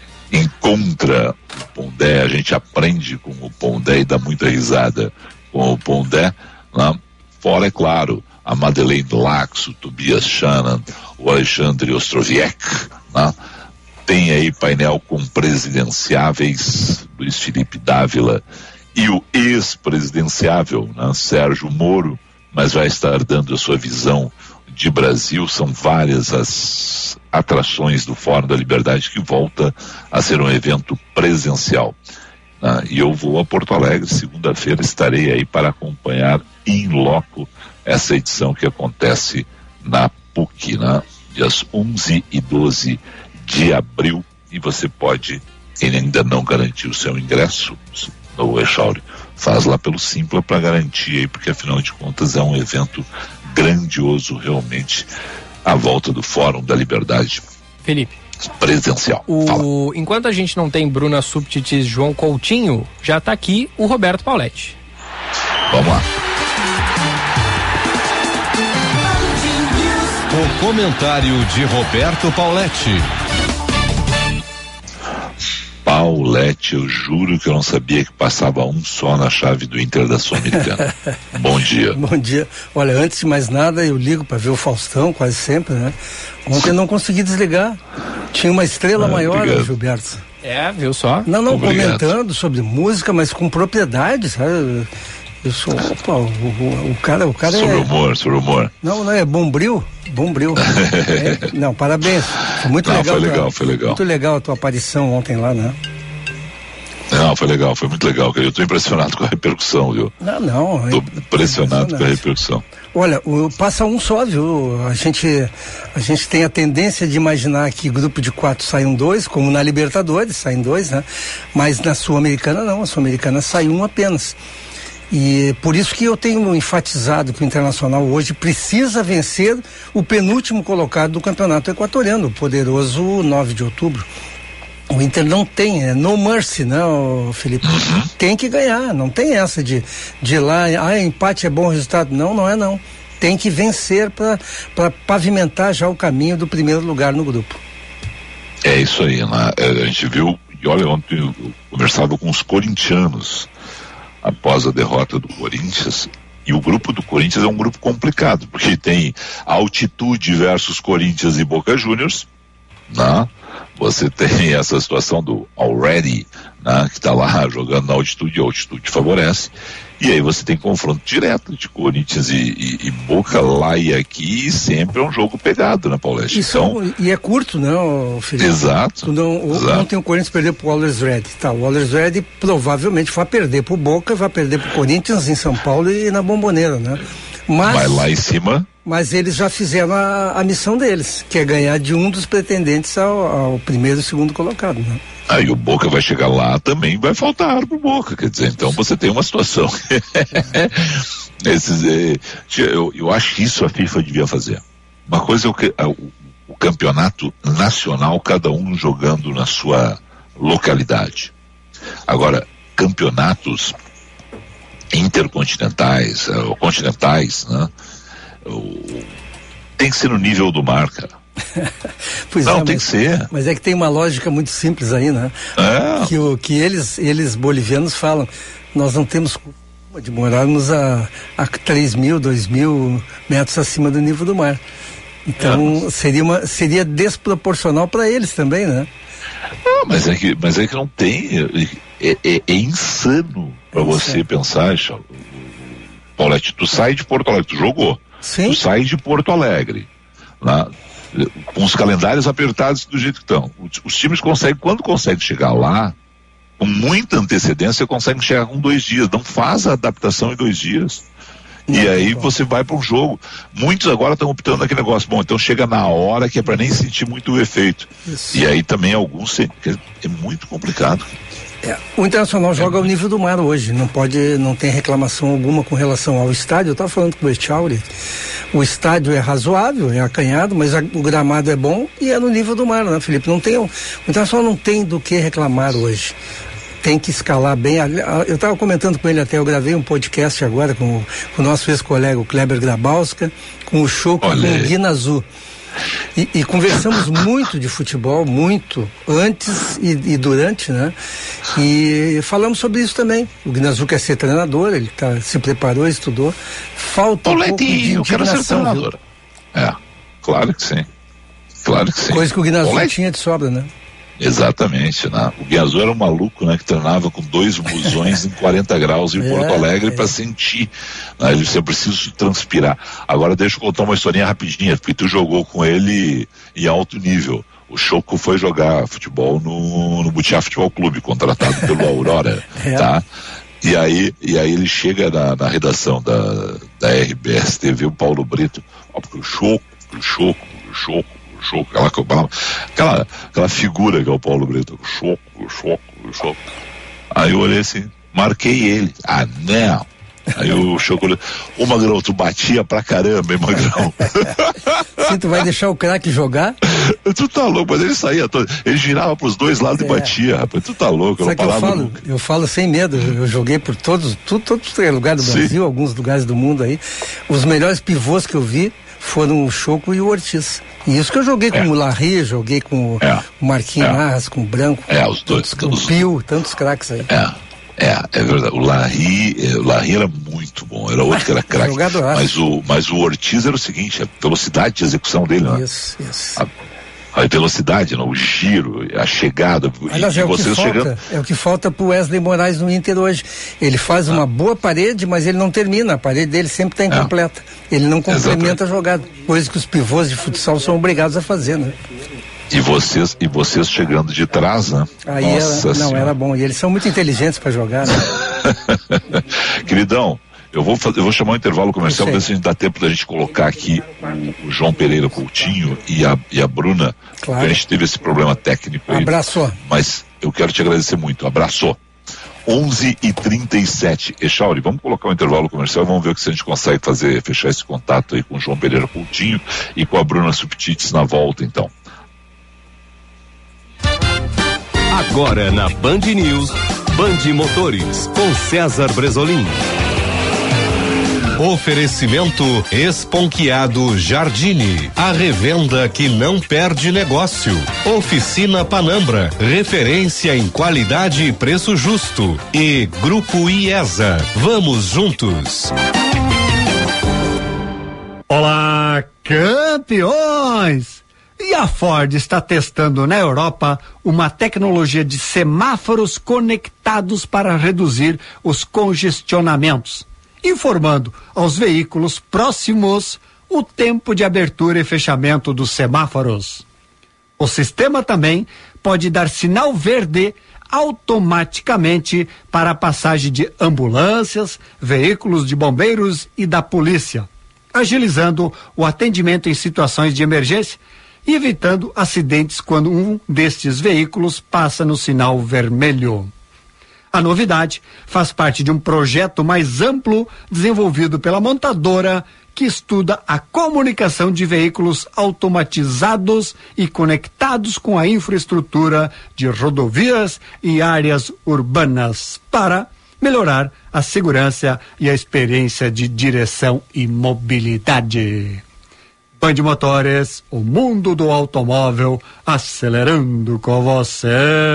encontra o Pondé, a gente aprende com o Pondé e dá muita risada com o Pondé. Né? Fora, é claro, a Madeleine Lax, o Tobias Shannon, o Alexandre Ostroviec, né? Tem aí painel com presidenciáveis, Luiz Felipe Dávila, e o ex-presidenciável, né, Sérgio Moro, mas vai estar dando a sua visão de Brasil. São várias as atrações do Fórum da Liberdade, que volta a ser um evento presencial. Ah, e eu vou a Porto Alegre, segunda-feira estarei aí para acompanhar in loco essa edição que acontece na P U C, né? Dias onze e doze de abril, e você pode, quem ainda não garantiu o seu ingresso no Echauri, faz lá pelo Simpla para garantir aí, porque afinal de contas é um evento grandioso realmente, a volta do Fórum da Liberdade. Felipe. Presencial. O... Enquanto a gente não tem Bruna Subtitis, João Coutinho, já está aqui o Roberto Pauletti. Vamos lá. O comentário de Roberto Pauletti. Pauletti, eu juro que eu não sabia que passava um só na chave do Inter da Sul-Americana. Bom dia. Bom dia. Olha, antes de mais nada, eu ligo para ver o Faustão, quase sempre, né? Ontem eu não consegui desligar. Tinha uma estrela ah, maior, obrigado. Gilberto. É, viu só? Não, não, obrigado. Comentando sobre música, mas com propriedade, sabe? Eu sou, opa, o, o, o cara, o cara sobre é... Sobre humor, sobre humor. Não, não, é Bombril, Bombril. É, não, parabéns. Foi muito não, legal. Foi legal, tua, foi legal. Muito legal a tua aparição ontem lá, né? Não, Não, foi legal, foi muito legal. Eu tô impressionado com a repercussão, viu? Não, não. Tô impressionado com a repercussão. Olha, o, passa um só, viu? A gente, a gente tem a tendência de imaginar que grupo de quatro saiam dois, como na Libertadores, saem dois, né? Mas na Sul-Americana não, a Sul-Americana sai um apenas. E por isso que eu tenho enfatizado que o Internacional hoje precisa vencer o penúltimo colocado do Campeonato Equatoriano, o poderoso nove de outubro. O Inter não tem, é no mercy, né, Felipe? Uhum. Tem que ganhar, não tem essa de, de ir lá, ah, empate é bom resultado. Não, não é não. Tem que vencer para pavimentar já o caminho do primeiro lugar no grupo. É isso aí, né? A gente viu, e olha, ontem eu conversava com os corintianos após a derrota do Corinthians, e o grupo do Corinthians é um grupo complicado, porque tem Altitude versus Corinthians e Boca Juniors, né? Você tem essa situação do Already, né, que está lá jogando na altitude, e a altitude favorece, e aí você tem confronto direto de Corinthians e, e, e Boca lá e aqui, e sempre é um jogo pegado, né, Paulete? Então, e é curto, né, Felipe? Exato. Não, exato. Ontem o Corinthians perdeu pro Always Ready, tá, o Always Ready provavelmente vai perder pro Boca, vai perder pro Corinthians em São Paulo e na Bomboneira, né? Mas, vai lá em cima. Mas eles já fizeram a, a missão deles, que é ganhar de um dos pretendentes ao, ao primeiro e segundo colocado, né? Aí o Boca vai chegar lá, também vai faltar ar pro Boca, quer dizer, então você tem uma situação. Esses, é, eu, eu acho que isso a FIFA devia fazer. Uma coisa é o, que, é o, o campeonato nacional, cada um jogando na sua localidade. Agora, campeonatos intercontinentais, ou continentais, né? O, tem que ser no nível do mar, cara. Pois não, é, tem mas, que ser. Mas é que tem uma lógica muito simples aí, né? É. Que, o, que eles, eles bolivianos falam, nós não temos culpa de morarmos a, a três mil, dois mil metros acima do nível do mar. Então, é. seria, uma, seria desproporcional para eles também, né? Não, mas é que, mas é que não tem. É, é, é insano para é você insano. pensar, Paulete, tu sai de Porto Alegre, tu jogou. Sim. Tu sai de Porto Alegre, né? Com os calendários apertados do jeito que estão. Os, os times conseguem, quando conseguem chegar lá, com muita antecedência, conseguem chegar com dois dias. Não faz a adaptação em dois dias. Não, e aí não. Você vai para um jogo. Muitos agora estão optando naquele negócio. Bom, então chega na hora que é para nem sentir muito o efeito. Isso. E aí também alguns. É, é muito complicado. É, o Internacional joga ao nível do mar hoje, não pode, não tem reclamação alguma com relação ao estádio. Eu estava falando com o Echauri, o estádio é razoável, é acanhado, mas a, o gramado é bom e é no nível do mar, né, Felipe? Não tem, o Internacional não tem do que reclamar hoje. Tem que escalar bem. Eu estava comentando com ele até, eu gravei um podcast agora com o, com o nosso ex-colega, o Kleber Grabowska, com o Choco, com o Guinazu. E, e conversamos muito de futebol, muito, antes e, e durante, né? E falamos sobre isso também. O Guinazu quer ser treinador, ele tá, se preparou, estudou. Falta um pouco de eu quero ser treinador. Viu? É, claro que sim. Claro que sim. Coisa que o Guinazu Olete. tinha de sobra, né? Exatamente, né? O Guinazu era um maluco, né? Que treinava com dois busões em quarenta graus em é, Porto Alegre é. para sentir, né? Ele você precisa transpirar. Agora deixa eu contar uma historinha rapidinha, porque tu jogou com ele em alto nível. O Choco foi jogar futebol no, no Butiá Futebol Clube, contratado pelo Aurora, é. tá? E aí, e aí ele chega na, na redação da, da R B S T V, o Paulo Brito, ó, porque o Choco, o Choco, o Choco, Choco, aquela, aquela, aquela figura que é o Paulo Brito, o Choco, o Choco, o Choco. Aí eu olhei assim, marquei ele. Ah, não. Aí o Choco, o Magrão, tu batia pra caramba, hein, Magrão? Sim, tu vai deixar o craque jogar? Tu tá louco, mas ele saía todo, ele girava pros dois lados é. e batia, rapaz, tu tá louco, eu não falava eu falo, nunca. Eu falo sem medo, eu joguei por todos, tudo, todos os lugares do Brasil, Sim. alguns lugares do mundo aí. Os melhores pivôs que eu vi foram o Choco e o Ortiz. E isso que eu joguei com é. o Larry, joguei com é. o Marquinhos é. Marras, com o Branco, é, os dois, com o Pio, tantos craques aí. É, é, é verdade. O Larry, o Larry era muito bom, era outro que era craque. mas, o, mas o Ortiz era o seguinte, a velocidade de execução dele, né? Isso, isso. A, a velocidade, não, o giro, a chegada. Aliás, e, é, e o vocês que falta, chegando... é o que falta pro Wesley Moraes no Inter hoje. Ele faz ah. uma boa parede, mas ele não termina. A parede dele sempre está incompleta. É. Ele não complementa Exatamente. a jogada. Coisa que os pivôs de futsal são obrigados a fazer, né? E vocês, e vocês chegando de trás, né? Aí Nossa era, não, senhora. era bom. E eles são muito inteligentes para jogar, né? Queridão, eu vou, fazer, eu vou chamar um intervalo comercial, ver se a gente dá tempo da gente colocar aqui o, o João Pereira Coutinho e a, e a Bruna, claro. Que a gente teve esse problema técnico aí. Abraçou. Mas eu quero te agradecer muito. Abraçou. onze e trinta e sete. Echauri, vamos colocar um intervalo comercial e vamos ver se a gente consegue fazer, fechar esse contato aí com o João Pereira Coutinho e com a Bruna Subtites na volta, então. Agora na Band News, Band Motores, com César Bresolim. Oferecimento Esponquiado Jardine, a revenda que não perde negócio. Oficina Panambra, referência em qualidade e preço justo. E Grupo IESA, vamos juntos. Olá, campeões! E a Ford está testando na Europa uma tecnologia de semáforos conectados para reduzir os congestionamentos, informando aos veículos próximos o tempo de abertura e fechamento dos semáforos. O sistema também pode dar sinal verde automaticamente para a passagem de ambulâncias, veículos de bombeiros e da polícia, agilizando o atendimento em situações de emergência e evitando acidentes quando um destes veículos passa no sinal vermelho. A novidade faz parte de um projeto mais amplo desenvolvido pela montadora que estuda a comunicação de veículos automatizados e conectados com a infraestrutura de rodovias e áreas urbanas para melhorar a segurança e a experiência de direção e mobilidade. Band Motores, o mundo do automóvel acelerando com você.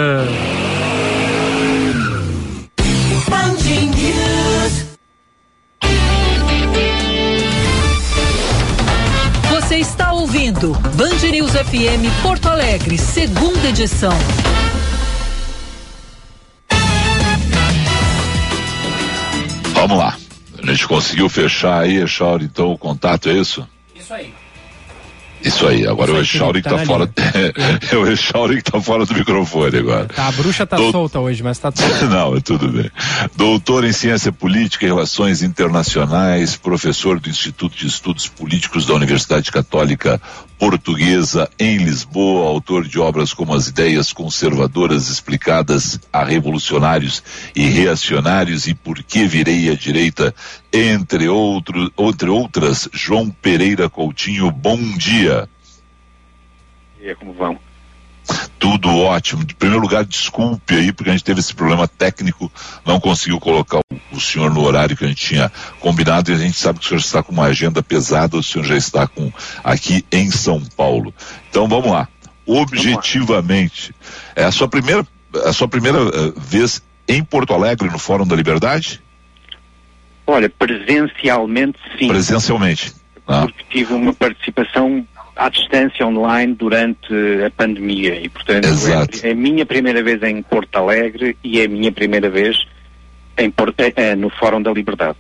Você está ouvindo Band News F M Porto Alegre, segunda edição. Vamos lá. A gente conseguiu fechar aí, Echauri, então o contato, é isso? Isso aí. Isso aí, agora o Echauri que tá, tá fora. É o Echauri que tá fora do microfone agora. Tá, a bruxa tá Do... solta hoje, mas tá tudo. Não, é tudo bem. Doutor em Ciência Política e Relações Internacionais, professor do Instituto de Estudos Políticos da Universidade Católica Portuguesa em Lisboa, autor de obras como As Ideias Conservadoras Explicadas a Revolucionários e Reacionários e Por que Virei à Direita, entre, outro, entre outras. João Pereira Coutinho, bom dia. E aí, como vão? Tudo ótimo. Em primeiro lugar, desculpe aí, porque a gente teve esse problema técnico, não conseguiu colocar o, o senhor no horário que a gente tinha combinado, e a gente sabe que o senhor está com uma agenda pesada, o senhor já está com aqui em São Paulo. Então vamos lá. Objetivamente, é a sua primeira, a sua primeira uh, vez em Porto Alegre no Fórum da Liberdade? Olha, presencialmente sim. Presencialmente. Ah. Porque tive uma participação à distância online durante a pandemia e, portanto, Exato. é a minha primeira vez em Porto Alegre e é a minha primeira vez em Porto, é, no Fórum da Liberdade.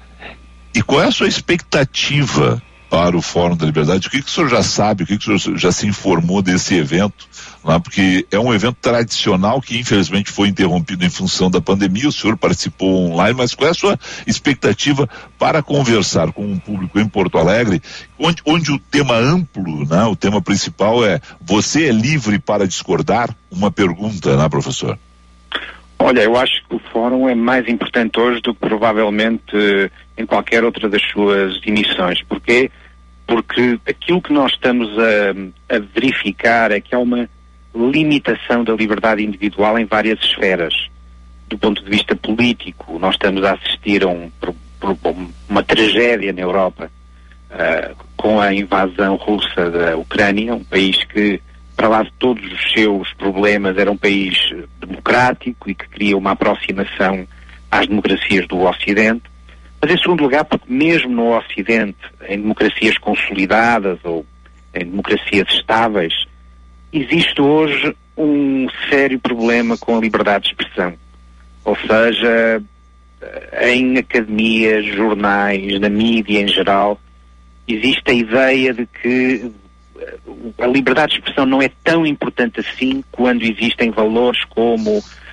E qual é a sua expectativa para o Fórum da Liberdade? O que, que o senhor já sabe, o que, que o senhor já se informou desse evento? Né? Porque é um evento tradicional que infelizmente foi interrompido em função da pandemia, o senhor participou online, mas qual é a sua expectativa para conversar com um público em Porto Alegre, onde, onde o tema amplo, né, o tema principal é: você é livre para discordar? Uma pergunta, né, professor? Olha, eu acho que o Fórum é mais importante hoje do que provavelmente em qualquer outra das suas emissões. Porquê? Porque aquilo que nós estamos a, a verificar é que há uma limitação da liberdade individual em várias esferas. Do ponto de vista político, nós estamos a assistir a um, uma tragédia na Europa uh, com a invasão russa da Ucrânia, um país que, para lá de todos os seus problemas, era um país democrático e que queria uma aproximação às democracias do Ocidente. Mas, em segundo lugar, porque mesmo no Ocidente, em democracias consolidadas ou em democracias estáveis, existe hoje um sério problema com a liberdade de expressão. Ou seja, em academias, jornais, na mídia em geral, existe a ideia de que a liberdade de expressão não é tão importante assim quando existem valores como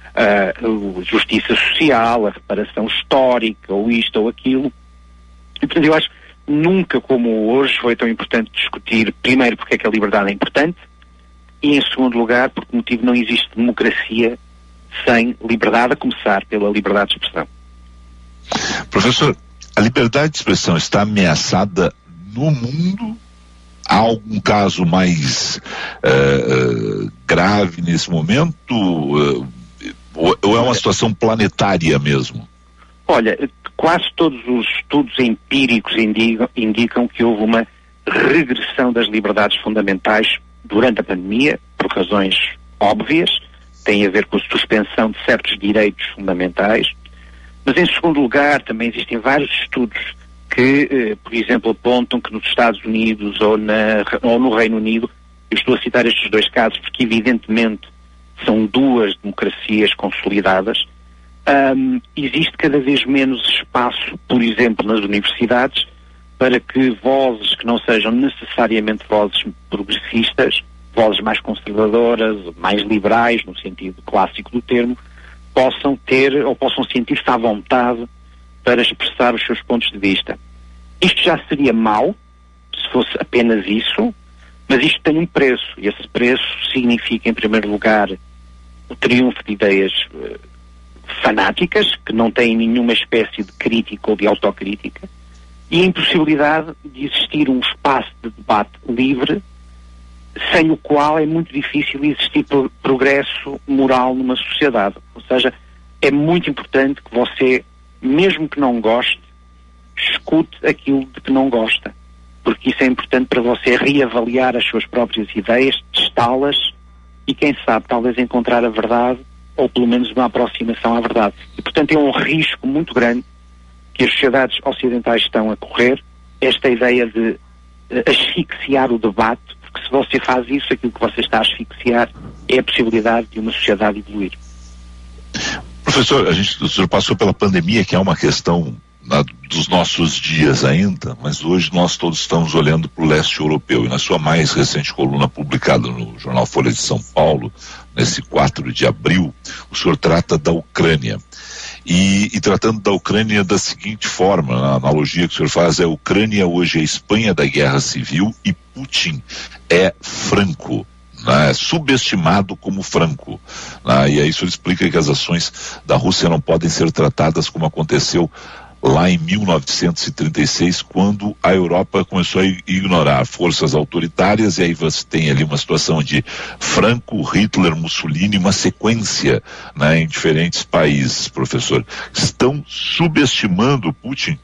uh, justiça social, a reparação histórica, ou isto ou aquilo. E, portanto, eu acho que nunca como hoje foi tão importante discutir, primeiro, porque é que a liberdade é importante, e em segundo lugar, por que motivo não existe democracia sem liberdade, a começar pela liberdade de expressão. Professor, a liberdade de expressão está ameaçada no mundo? Há algum caso mais uh, uh, grave nesse momento? Uh, ou, ou é uma situação planetária mesmo? Olha, quase todos os estudos empíricos indicam, indicam que houve uma regressão das liberdades fundamentais durante a pandemia, por razões óbvias, tem a ver com a suspensão de certos direitos fundamentais, mas em segundo lugar também existem vários estudos que, eh, por exemplo, apontam que nos Estados Unidos ou, na, ou no Reino Unido, eu estou a citar estes dois casos porque evidentemente são duas democracias consolidadas, um, existe cada vez menos espaço, por exemplo, nas universidades, para que vozes que não sejam necessariamente vozes progressistas, vozes mais conservadoras, mais liberais, no sentido clássico do termo, possam ter ou possam sentir-se à vontade para expressar os seus pontos de vista. Isto já seria mau, se fosse apenas isso, mas isto tem um preço, e esse preço significa, em primeiro lugar, o triunfo de ideias uh, fanáticas, que não têm nenhuma espécie de crítica ou de autocrítica, e a impossibilidade de existir um espaço de debate livre, sem o qual é muito difícil existir pro- progresso moral numa sociedade. Ou seja, é muito importante que você, mesmo que não goste, escute aquilo de que não gosta, porque isso é importante para você reavaliar as suas próprias ideias, testá-las e, quem sabe, talvez encontrar a verdade, ou pelo menos uma aproximação à verdade. E, portanto, é um risco muito grande que as sociedades ocidentais estão a correr, esta ideia de uh, asfixiar o debate, porque se você faz isso, aquilo que você está a asfixiar é a possibilidade de uma sociedade evoluir. Professor, a gente, o senhor passou pela pandemia, que é uma questão na, dos nossos dias ainda, mas hoje nós todos estamos olhando para o leste europeu, e na sua mais recente coluna publicada no jornal Folha de São Paulo, nesse quatro de abril, o senhor trata da Ucrânia. E, e tratando da Ucrânia da seguinte forma, a analogia que o senhor faz é: a Ucrânia hoje é a Espanha da guerra civil e Putin é Franco, né, subestimado como Franco, né, e aí o senhor explica que as ações da Rússia não podem ser tratadas como aconteceu lá em mil novecentos e trinta e seis, quando a Europa começou a ignorar forças autoritárias, e aí você tem ali uma situação de Franco, Hitler, Mussolini, uma sequência, né, em diferentes países. Professor, estão subestimando Putin?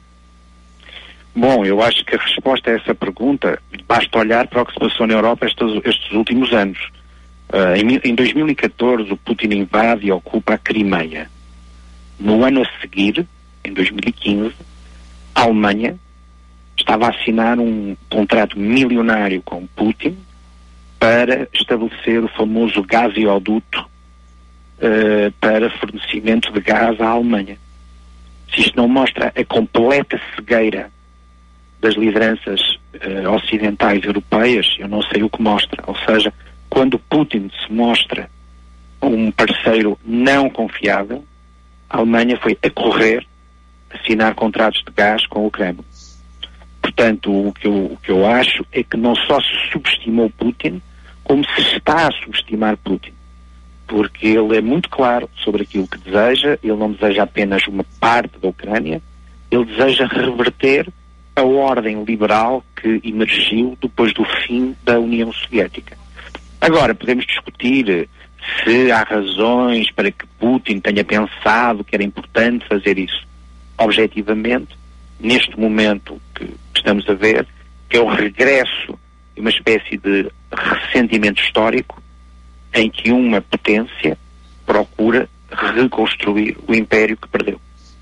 Bom, eu acho que a resposta a essa pergunta, basta olhar para o que se passou na Europa estes, estes últimos anos. Uh, em, em dois mil e catorze, o Putin invade e ocupa a Crimeia. No ano a seguir, em dois mil e quinze, a Alemanha estava a assinar um contrato milionário com Putin para estabelecer o famoso gasoduto uh, para fornecimento de gás à Alemanha. Se isto não mostra a completa cegueira das lideranças uh, ocidentais europeias, eu não sei o que mostra. Ou seja, quando Putin se mostra um parceiro não confiável, a Alemanha foi a correr assinar contratos de gás com o Kremlin. Portanto, o que, eu, o que eu acho é que não só se subestimou Putin, como se está a subestimar Putin. Porque ele é muito claro sobre aquilo que deseja, ele não deseja apenas uma parte da Ucrânia, ele deseja reverter a ordem liberal que emergiu depois do fim da União Soviética. Agora, podemos discutir se há razões para que Putin tenha pensado que era importante fazer isso. Objetivamente, neste momento que estamos a ver, é o regresso de uma espécie de ressentimento histórico em que uma potência procura reconstruir o império que perdeu.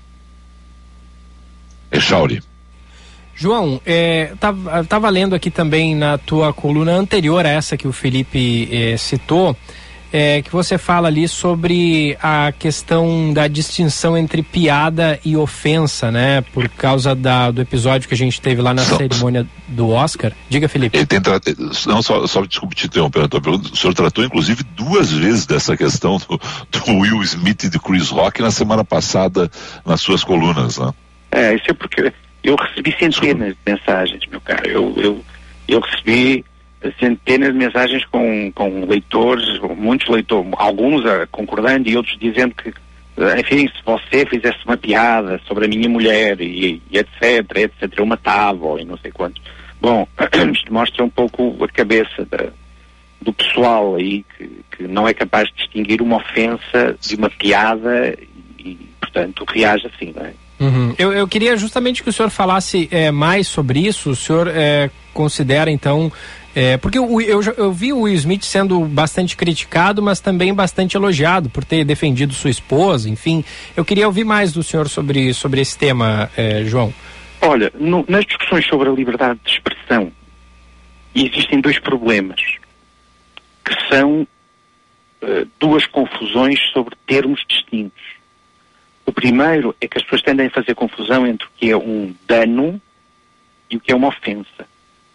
Echauri. João, estava é, lendo aqui também na tua coluna anterior a essa que o Felipe é, citou, é, que você fala ali sobre a questão da distinção entre piada e ofensa, né? Por causa da, do episódio que a gente teve lá na Só, cerimônia do Oscar. Diga, Felipe. Ele tem tra... Não, só, só desculpe te interromper, o senhor tratou inclusive duas vezes dessa questão do, do Will Smith e do Chris Rock na semana passada nas suas colunas, né? É, isso é porque eu recebi centenas de mensagens, meu caro. Eu, eu, eu recebi centenas de mensagens com, com leitores, muitos leitores, alguns uh, concordando e outros dizendo que, uh, enfim, se você fizesse uma piada sobre a minha mulher e, e etc, etc, eu matava, e não sei quantos. Bom, isto mostra um pouco a cabeça da, do pessoal aí, que, que não é capaz de distinguir uma ofensa de uma piada e, portanto, reage assim, não é? Uhum. Eu, eu queria justamente que o senhor falasse é, mais sobre isso. O senhor é, considera, então, é, porque eu, eu, eu vi o Will Smith sendo bastante criticado, mas também bastante elogiado por ter defendido sua esposa, enfim. Eu queria ouvir mais do senhor sobre, sobre esse tema, é, João. Olha, no, nas discussões sobre a liberdade de expressão, existem dois problemas, que são uh, duas confusões sobre termos distintos. O primeiro é que as pessoas tendem a fazer confusão entre o que é um dano e o que é uma ofensa.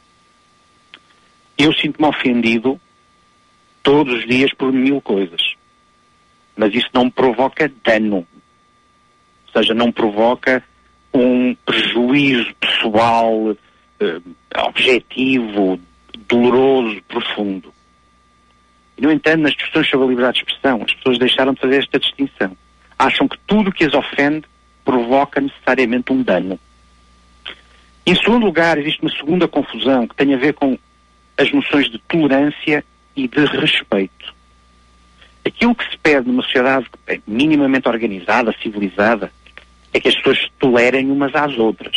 Eu sinto-me ofendido todos os dias por mil coisas, mas isso não me provoca dano. Ou seja, não provoca um prejuízo pessoal, eh, objetivo, doloroso, profundo. E, no entanto, nas discussões sobre a liberdade de expressão, as pessoas deixaram de fazer esta distinção. Acham que tudo o que as ofende provoca necessariamente um dano. Em segundo lugar, existe uma segunda confusão que tem a ver com as noções de tolerância e de respeito. Aquilo que se pede numa sociedade minimamente organizada, civilizada, é que as pessoas se tolerem umas às outras.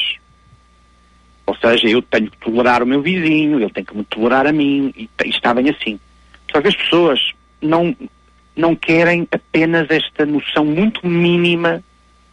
Ou seja, eu tenho que tolerar o meu vizinho, ele tem que me tolerar a mim, e, e está bem assim. Só que as pessoas não... não querem apenas esta noção muito mínima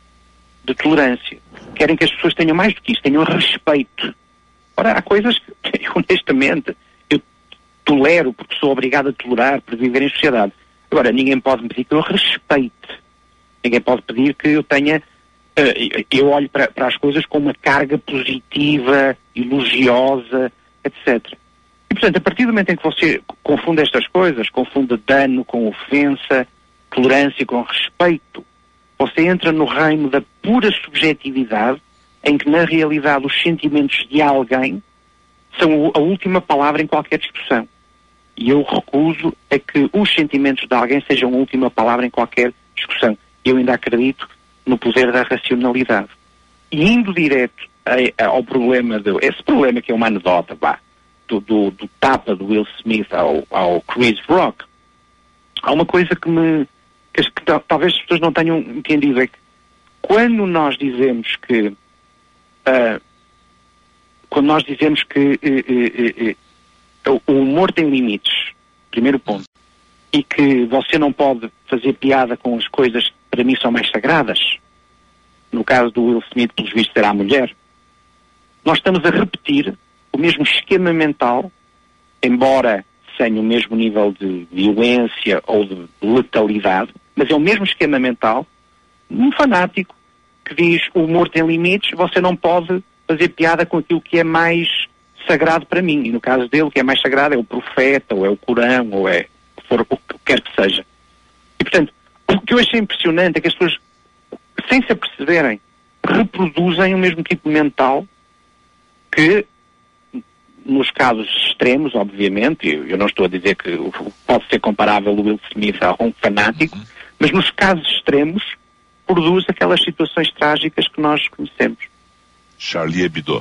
de tolerância. Querem que as pessoas tenham mais do que isso, tenham respeito. Ora, há coisas que, honestamente, eu tolero porque sou obrigado a tolerar para viver em sociedade. Agora, ninguém pode me pedir que eu respeite. Ninguém pode pedir que eu tenha... Uh, eu olho para, para as coisas com uma carga positiva, elogiosa, etcétera. E, portanto, a partir do momento em que você confunde estas coisas, confunde dano com ofensa, tolerância com respeito, você entra no reino da pura subjetividade, em que, na realidade, os sentimentos de alguém são a última palavra em qualquer discussão. E eu recuso a que os sentimentos de alguém sejam a última palavra em qualquer discussão. Eu ainda acredito no poder da racionalidade. E indo direto a, a, ao problema, de, esse problema que é uma anedota, vá, Do, do, do tapa do Will Smith ao, ao Chris Rock, há uma coisa que me que, que talvez as pessoas não tenham entendido, é que quando nós dizemos que uh, quando nós dizemos que uh, uh, uh, uh, o humor tem limites, primeiro ponto, e que você não pode fazer piada com as coisas que para mim são mais sagradas, no caso do Will Smith, pelos vistos, será a mulher, nós estamos a repetir o mesmo esquema mental, embora sem o mesmo nível de violência ou de letalidade, mas é o mesmo esquema mental, um fanático que diz o humor tem limites, você não pode fazer piada com aquilo que é mais sagrado para mim. E no caso dele, o que é mais sagrado é o profeta, ou é o Corão, ou é o que for, o que quer que seja. E, portanto, o que eu achei impressionante é que as pessoas, sem se aperceberem, reproduzem o mesmo tipo mental que, nos casos extremos, obviamente, eu, eu não estou a dizer que pode ser comparável o Will Smith a um fanático, uhum. mas nos casos extremos produz aquelas situações trágicas que nós conhecemos. Charlie Hebdo.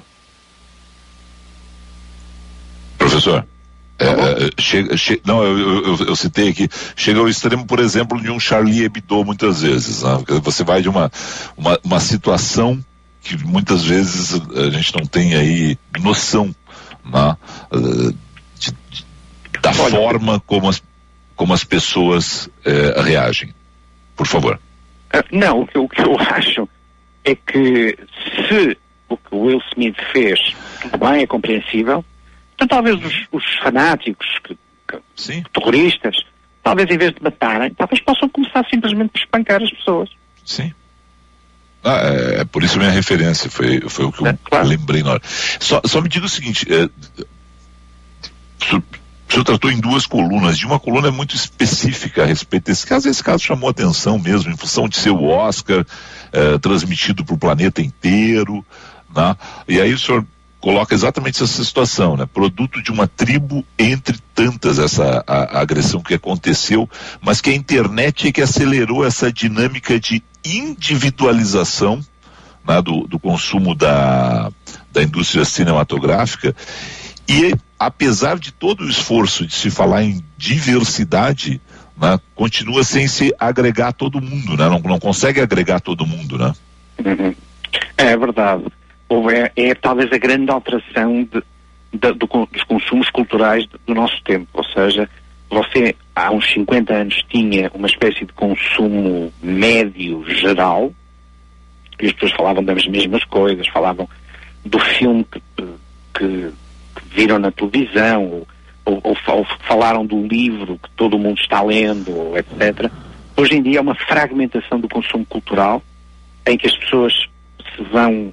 Professor, é, é, chega, che, não, eu, eu, eu citei aqui, chega ao extremo, por exemplo, de um Charlie Hebdo muitas vezes, né? Você vai de uma, uma, uma situação que muitas vezes a gente não tem aí noção, né? de, de, da Olha, forma como as, como as pessoas é, reagem. Por favor. Uh, não, o que, o que eu acho é que se o que o Will Smith fez, tudo bem, é compreensível, então talvez os, os fanáticos, que, que, terroristas, talvez em vez de matarem, talvez possam começar simplesmente por espancar as pessoas. Sim. Ah, é, é por isso a minha referência, foi, foi o que eu é, claro. lembrei na hora. Só, só me diga o seguinte, é, o senhor tratou em duas colunas, de uma coluna muito específica a respeito desse caso, esse caso chamou atenção mesmo, em função de ser o Oscar, é, transmitido para o planeta inteiro, né? E aí o senhor coloca exatamente essa situação, né? Produto de uma tribo entre tantas, essa a, a agressão que aconteceu, mas que a internet é que acelerou essa dinâmica de individualização, né, do, do consumo da, da indústria cinematográfica. E apesar de todo o esforço de se falar em diversidade, né, continua sem se agregar todo mundo, né? Não, não consegue agregar todo mundo, né? Uhum. É verdade. Ou é, é talvez a grande alteração de, de, do, dos consumos culturais do nosso tempo. Ou seja, você há uns cinquenta anos tinha uma espécie de consumo médio geral, e as pessoas falavam das mesmas coisas, falavam do filme que, que, que viram na televisão, ou, ou, ou, ou falaram do livro que todo mundo está lendo, etcétera. Hoje em dia é uma fragmentação do consumo cultural, em que as pessoas se vão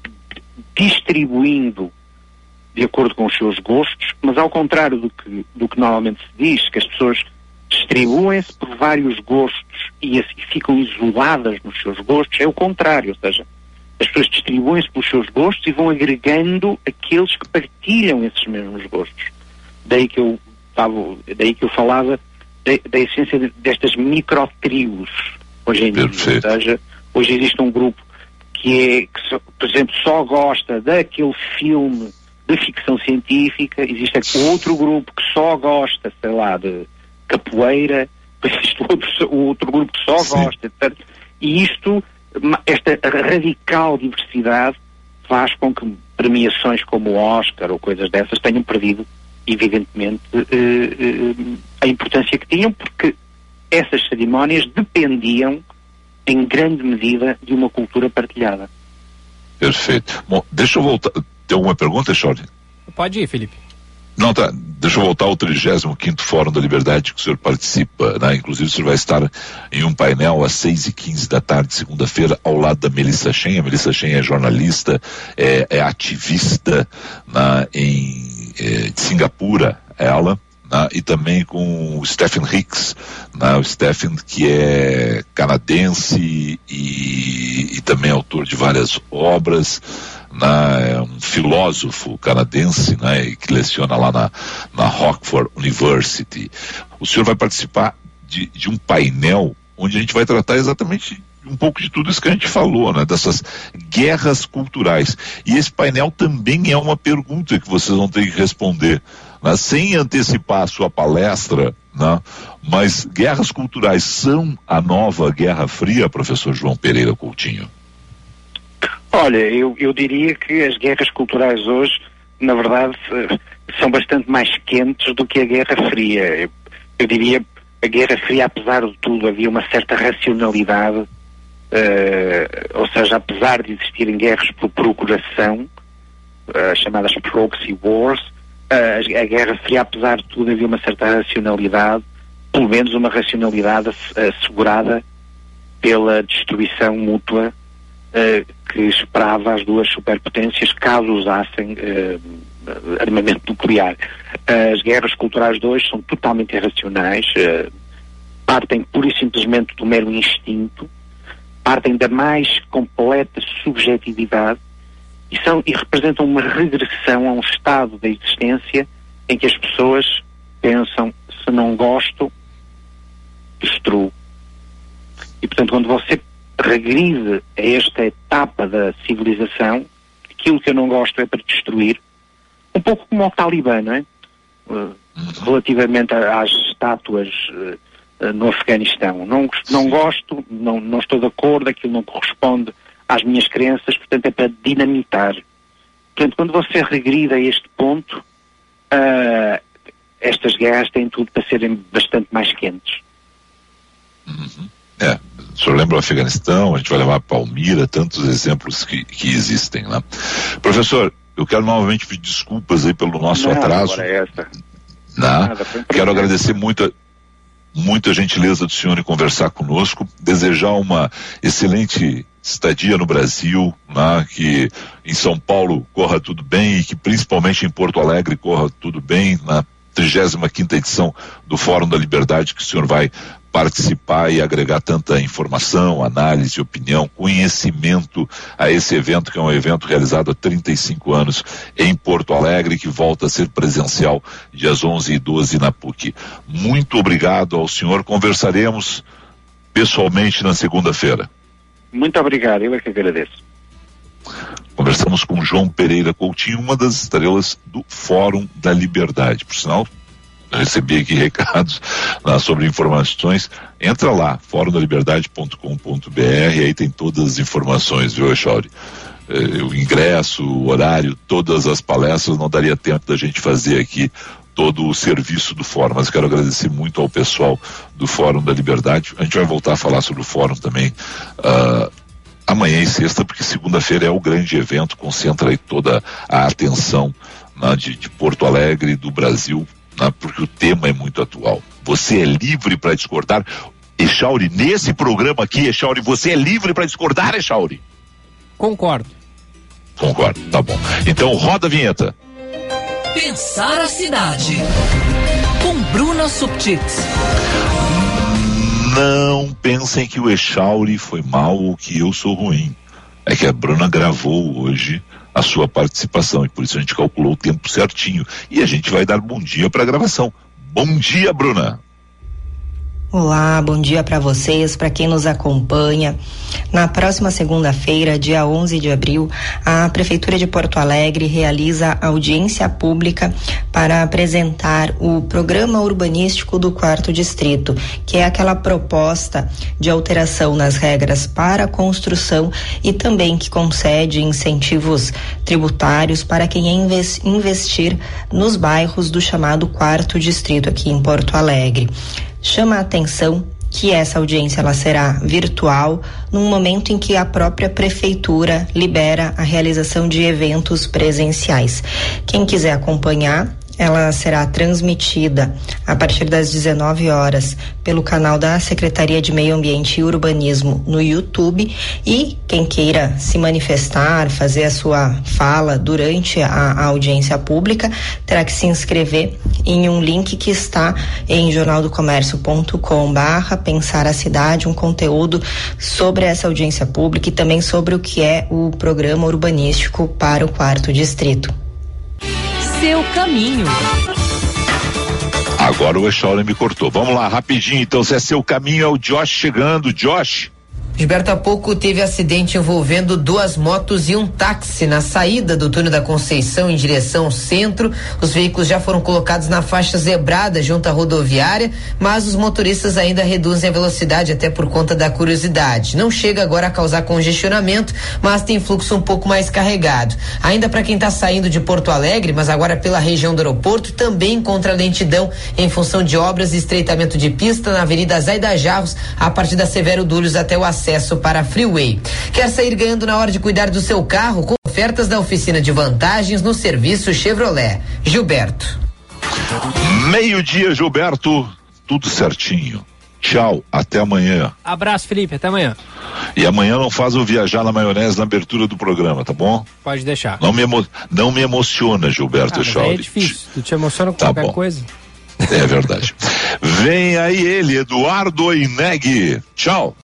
distribuindo de acordo com os seus gostos, mas ao contrário do que, do que normalmente se diz, que as pessoas distribuem-se por vários gostos e assim ficam isoladas nos seus gostos, é o contrário, ou seja, as pessoas distribuem-se pelos seus gostos e vão agregando aqueles que partilham esses mesmos gostos. Daí que eu, tava, daí que eu falava de, da essência de, destas microtribos hoje em dia, ou seja, hoje existe um grupo que é, que só, por exemplo, só gosta daquele filme de ficção científica, existe outro grupo que só gosta, sei lá, de capoeira, existe outro, outro grupo que só Sim. gosta, etcétera. E isto, esta radical diversidade faz com que premiações como o Oscar ou coisas dessas tenham perdido, evidentemente, eh, eh, a importância que tinham, porque essas cerimónias dependiam em grande medida de uma cultura partilhada. Perfeito. Bom, deixa eu voltar. Tem alguma pergunta, Charlie? Pode ir, Felipe. Não, tá. Deixa eu voltar ao trigésimo quinto Fórum da Liberdade que o senhor participa, né? Inclusive o senhor vai estar em um painel às seis e quinze da tarde, segunda-feira, ao lado da Melissa Chen. A Melissa Chen é jornalista, é, é ativista, né, em é, de Singapura, ela. Né, e também com o Stephen Hicks, né, o Stephen que é canadense e, e também autor de várias obras, né, é um filósofo canadense, né, que leciona lá na, na Rockford University. O senhor vai participar de, de um painel onde a gente vai tratar exatamente um pouco de tudo isso que a gente falou, né, dessas guerras culturais. E esse painel também é uma pergunta que vocês vão ter que responder, né, sem antecipar a sua palestra, né, mas guerras culturais são a nova Guerra Fria, professor João Pereira Coutinho? Olha, eu, eu diria que as guerras culturais hoje, na verdade, são bastante mais quentes do que a Guerra Fria. Eu, eu diria, a Guerra Fria, apesar de tudo, havia uma certa racionalidade, uh, ou seja, apesar de existirem guerras por procuração, uh, chamadas proxy wars, uh, a Guerra Fria, apesar de tudo, havia uma certa racionalidade, pelo menos uma racionalidade assegurada pela destruição mútua uh, que esperava as duas superpotências caso usassem uh, armamento nuclear. Uh, as guerras culturais de hoje são totalmente irracionais, uh, partem pura e simplesmente do mero instinto, partem da mais completa subjetividade e, são, e representam uma regressão a um estado da existência em que as pessoas pensam, se não gosto, destruo. E portanto, quando você regride a esta etapa da civilização, aquilo que eu não gosto é para destruir, um pouco como o Talibã, não é? Uh, relativamente a, às estátuas uh, uh, no Afeganistão. Não, não gosto, não, não estou de acordo, aquilo não corresponde às minhas crenças, portanto é para dinamitar. Portanto, quando você regride a este ponto, uh, estas guerras têm tudo para serem bastante mais quentes. Uhum. É, o senhor lembra o Afeganistão, a gente vai levar Palmira, tantos exemplos que, que existem lá. Professor, eu quero novamente pedir desculpas aí pelo nosso Não, atraso. Essa. Não, quero agradecer muito a... muita gentileza do senhor em conversar conosco, desejar uma excelente estadia no Brasil, né, que em São Paulo corra tudo bem e que principalmente em Porto Alegre corra tudo bem na trigésima quinta edição do Fórum da Liberdade, que o senhor vai participar e agregar tanta informação, análise, opinião, conhecimento a esse evento, que é um evento realizado há trinta e cinco anos em Porto Alegre, que volta a ser presencial dias onze e doze na P U C. Muito obrigado ao senhor, conversaremos pessoalmente na segunda-feira. Muito obrigado, eu é que agradeço. Conversamos com João Pereira Coutinho, uma das estrelas do Fórum da Liberdade. Por sinal, eu recebi aqui recados lá sobre informações. Entra lá, fórum da liberdade ponto com ponto b r, aí tem todas as informações, viu, Echauri? Eh, o ingresso, o horário, todas as palestras, não daria tempo da gente fazer aqui todo o serviço do Fórum, mas quero agradecer muito ao pessoal do Fórum da Liberdade. A gente vai voltar a falar sobre o Fórum também uh, amanhã e sexta, porque segunda-feira é o grande evento, concentra aí toda a atenção, né, de, de Porto Alegre, do Brasil, né, porque o tema é muito atual. Você é livre para discordar, Echauri, nesse programa aqui, Echauri, você é livre para discordar, Echauri? Concordo. Concordo, tá bom. Então roda a vinheta. Pensar a cidade, com Bruna Subtits. Não pensem que o Echauri foi mal ou que eu sou ruim. É que a Bruna gravou hoje a sua participação e por isso a gente calculou o tempo certinho. E a gente vai dar bom dia para a gravação. Bom dia, Bruna. Olá, bom dia para vocês, para quem nos acompanha. Na próxima segunda-feira, dia onze de abril, a Prefeitura de Porto Alegre realiza audiência pública para apresentar o Programa Urbanístico do Quarto Distrito, que é aquela proposta de alteração nas regras para a construção e também que concede incentivos tributários para quem investir nos bairros do chamado Quarto Distrito aqui em Porto Alegre. Chama a atenção que essa audiência ela será virtual num momento em que a própria prefeitura libera a realização de eventos presenciais. Quem quiser acompanhar, ela será transmitida a partir das dezenove horas pelo canal da Secretaria de Meio Ambiente e Urbanismo no YouTube, e quem queira se manifestar, fazer a sua fala durante a, a audiência pública, terá que se inscrever em um link que está em jornal do comércio ponto com barra Pensar a Cidade, um conteúdo sobre essa audiência pública e também sobre o que é o programa urbanístico para o Quarto Distrito. Seu caminho. Agora o Echauri me cortou. Vamos lá, rapidinho. Então, se é seu caminho, é o Josh chegando. Josh. Gilberto, há pouco teve acidente envolvendo duas motos e um táxi na saída do túnel da Conceição em direção ao centro. Os veículos já foram colocados na faixa zebrada junto à rodoviária, mas os motoristas ainda reduzem a velocidade até por conta da curiosidade. Não chega agora a causar congestionamento, mas tem fluxo um pouco mais carregado. Ainda para quem está saindo de Porto Alegre, mas agora pela região do aeroporto, também encontra lentidão em função de obras e estreitamento de pista na Avenida Zaida Jarros, a partir da Severo Dúlios até o acesso acesso para a Freeway. Quer sair ganhando na hora de cuidar do seu carro? Com ofertas da oficina de vantagens no serviço Chevrolet. Gilberto. Meio-dia, Gilberto. Tudo certinho. Tchau, até amanhã. Abraço, Felipe, até amanhã. E amanhã não faz eu viajar na maionese na abertura do programa, tá bom? Pode deixar. Não me, emo... não me emociona, Gilberto. Ah, é difícil, tu te emociona com tá qualquer bom. coisa. É verdade. Vem aí ele, Eduardo Oineg. Tchau.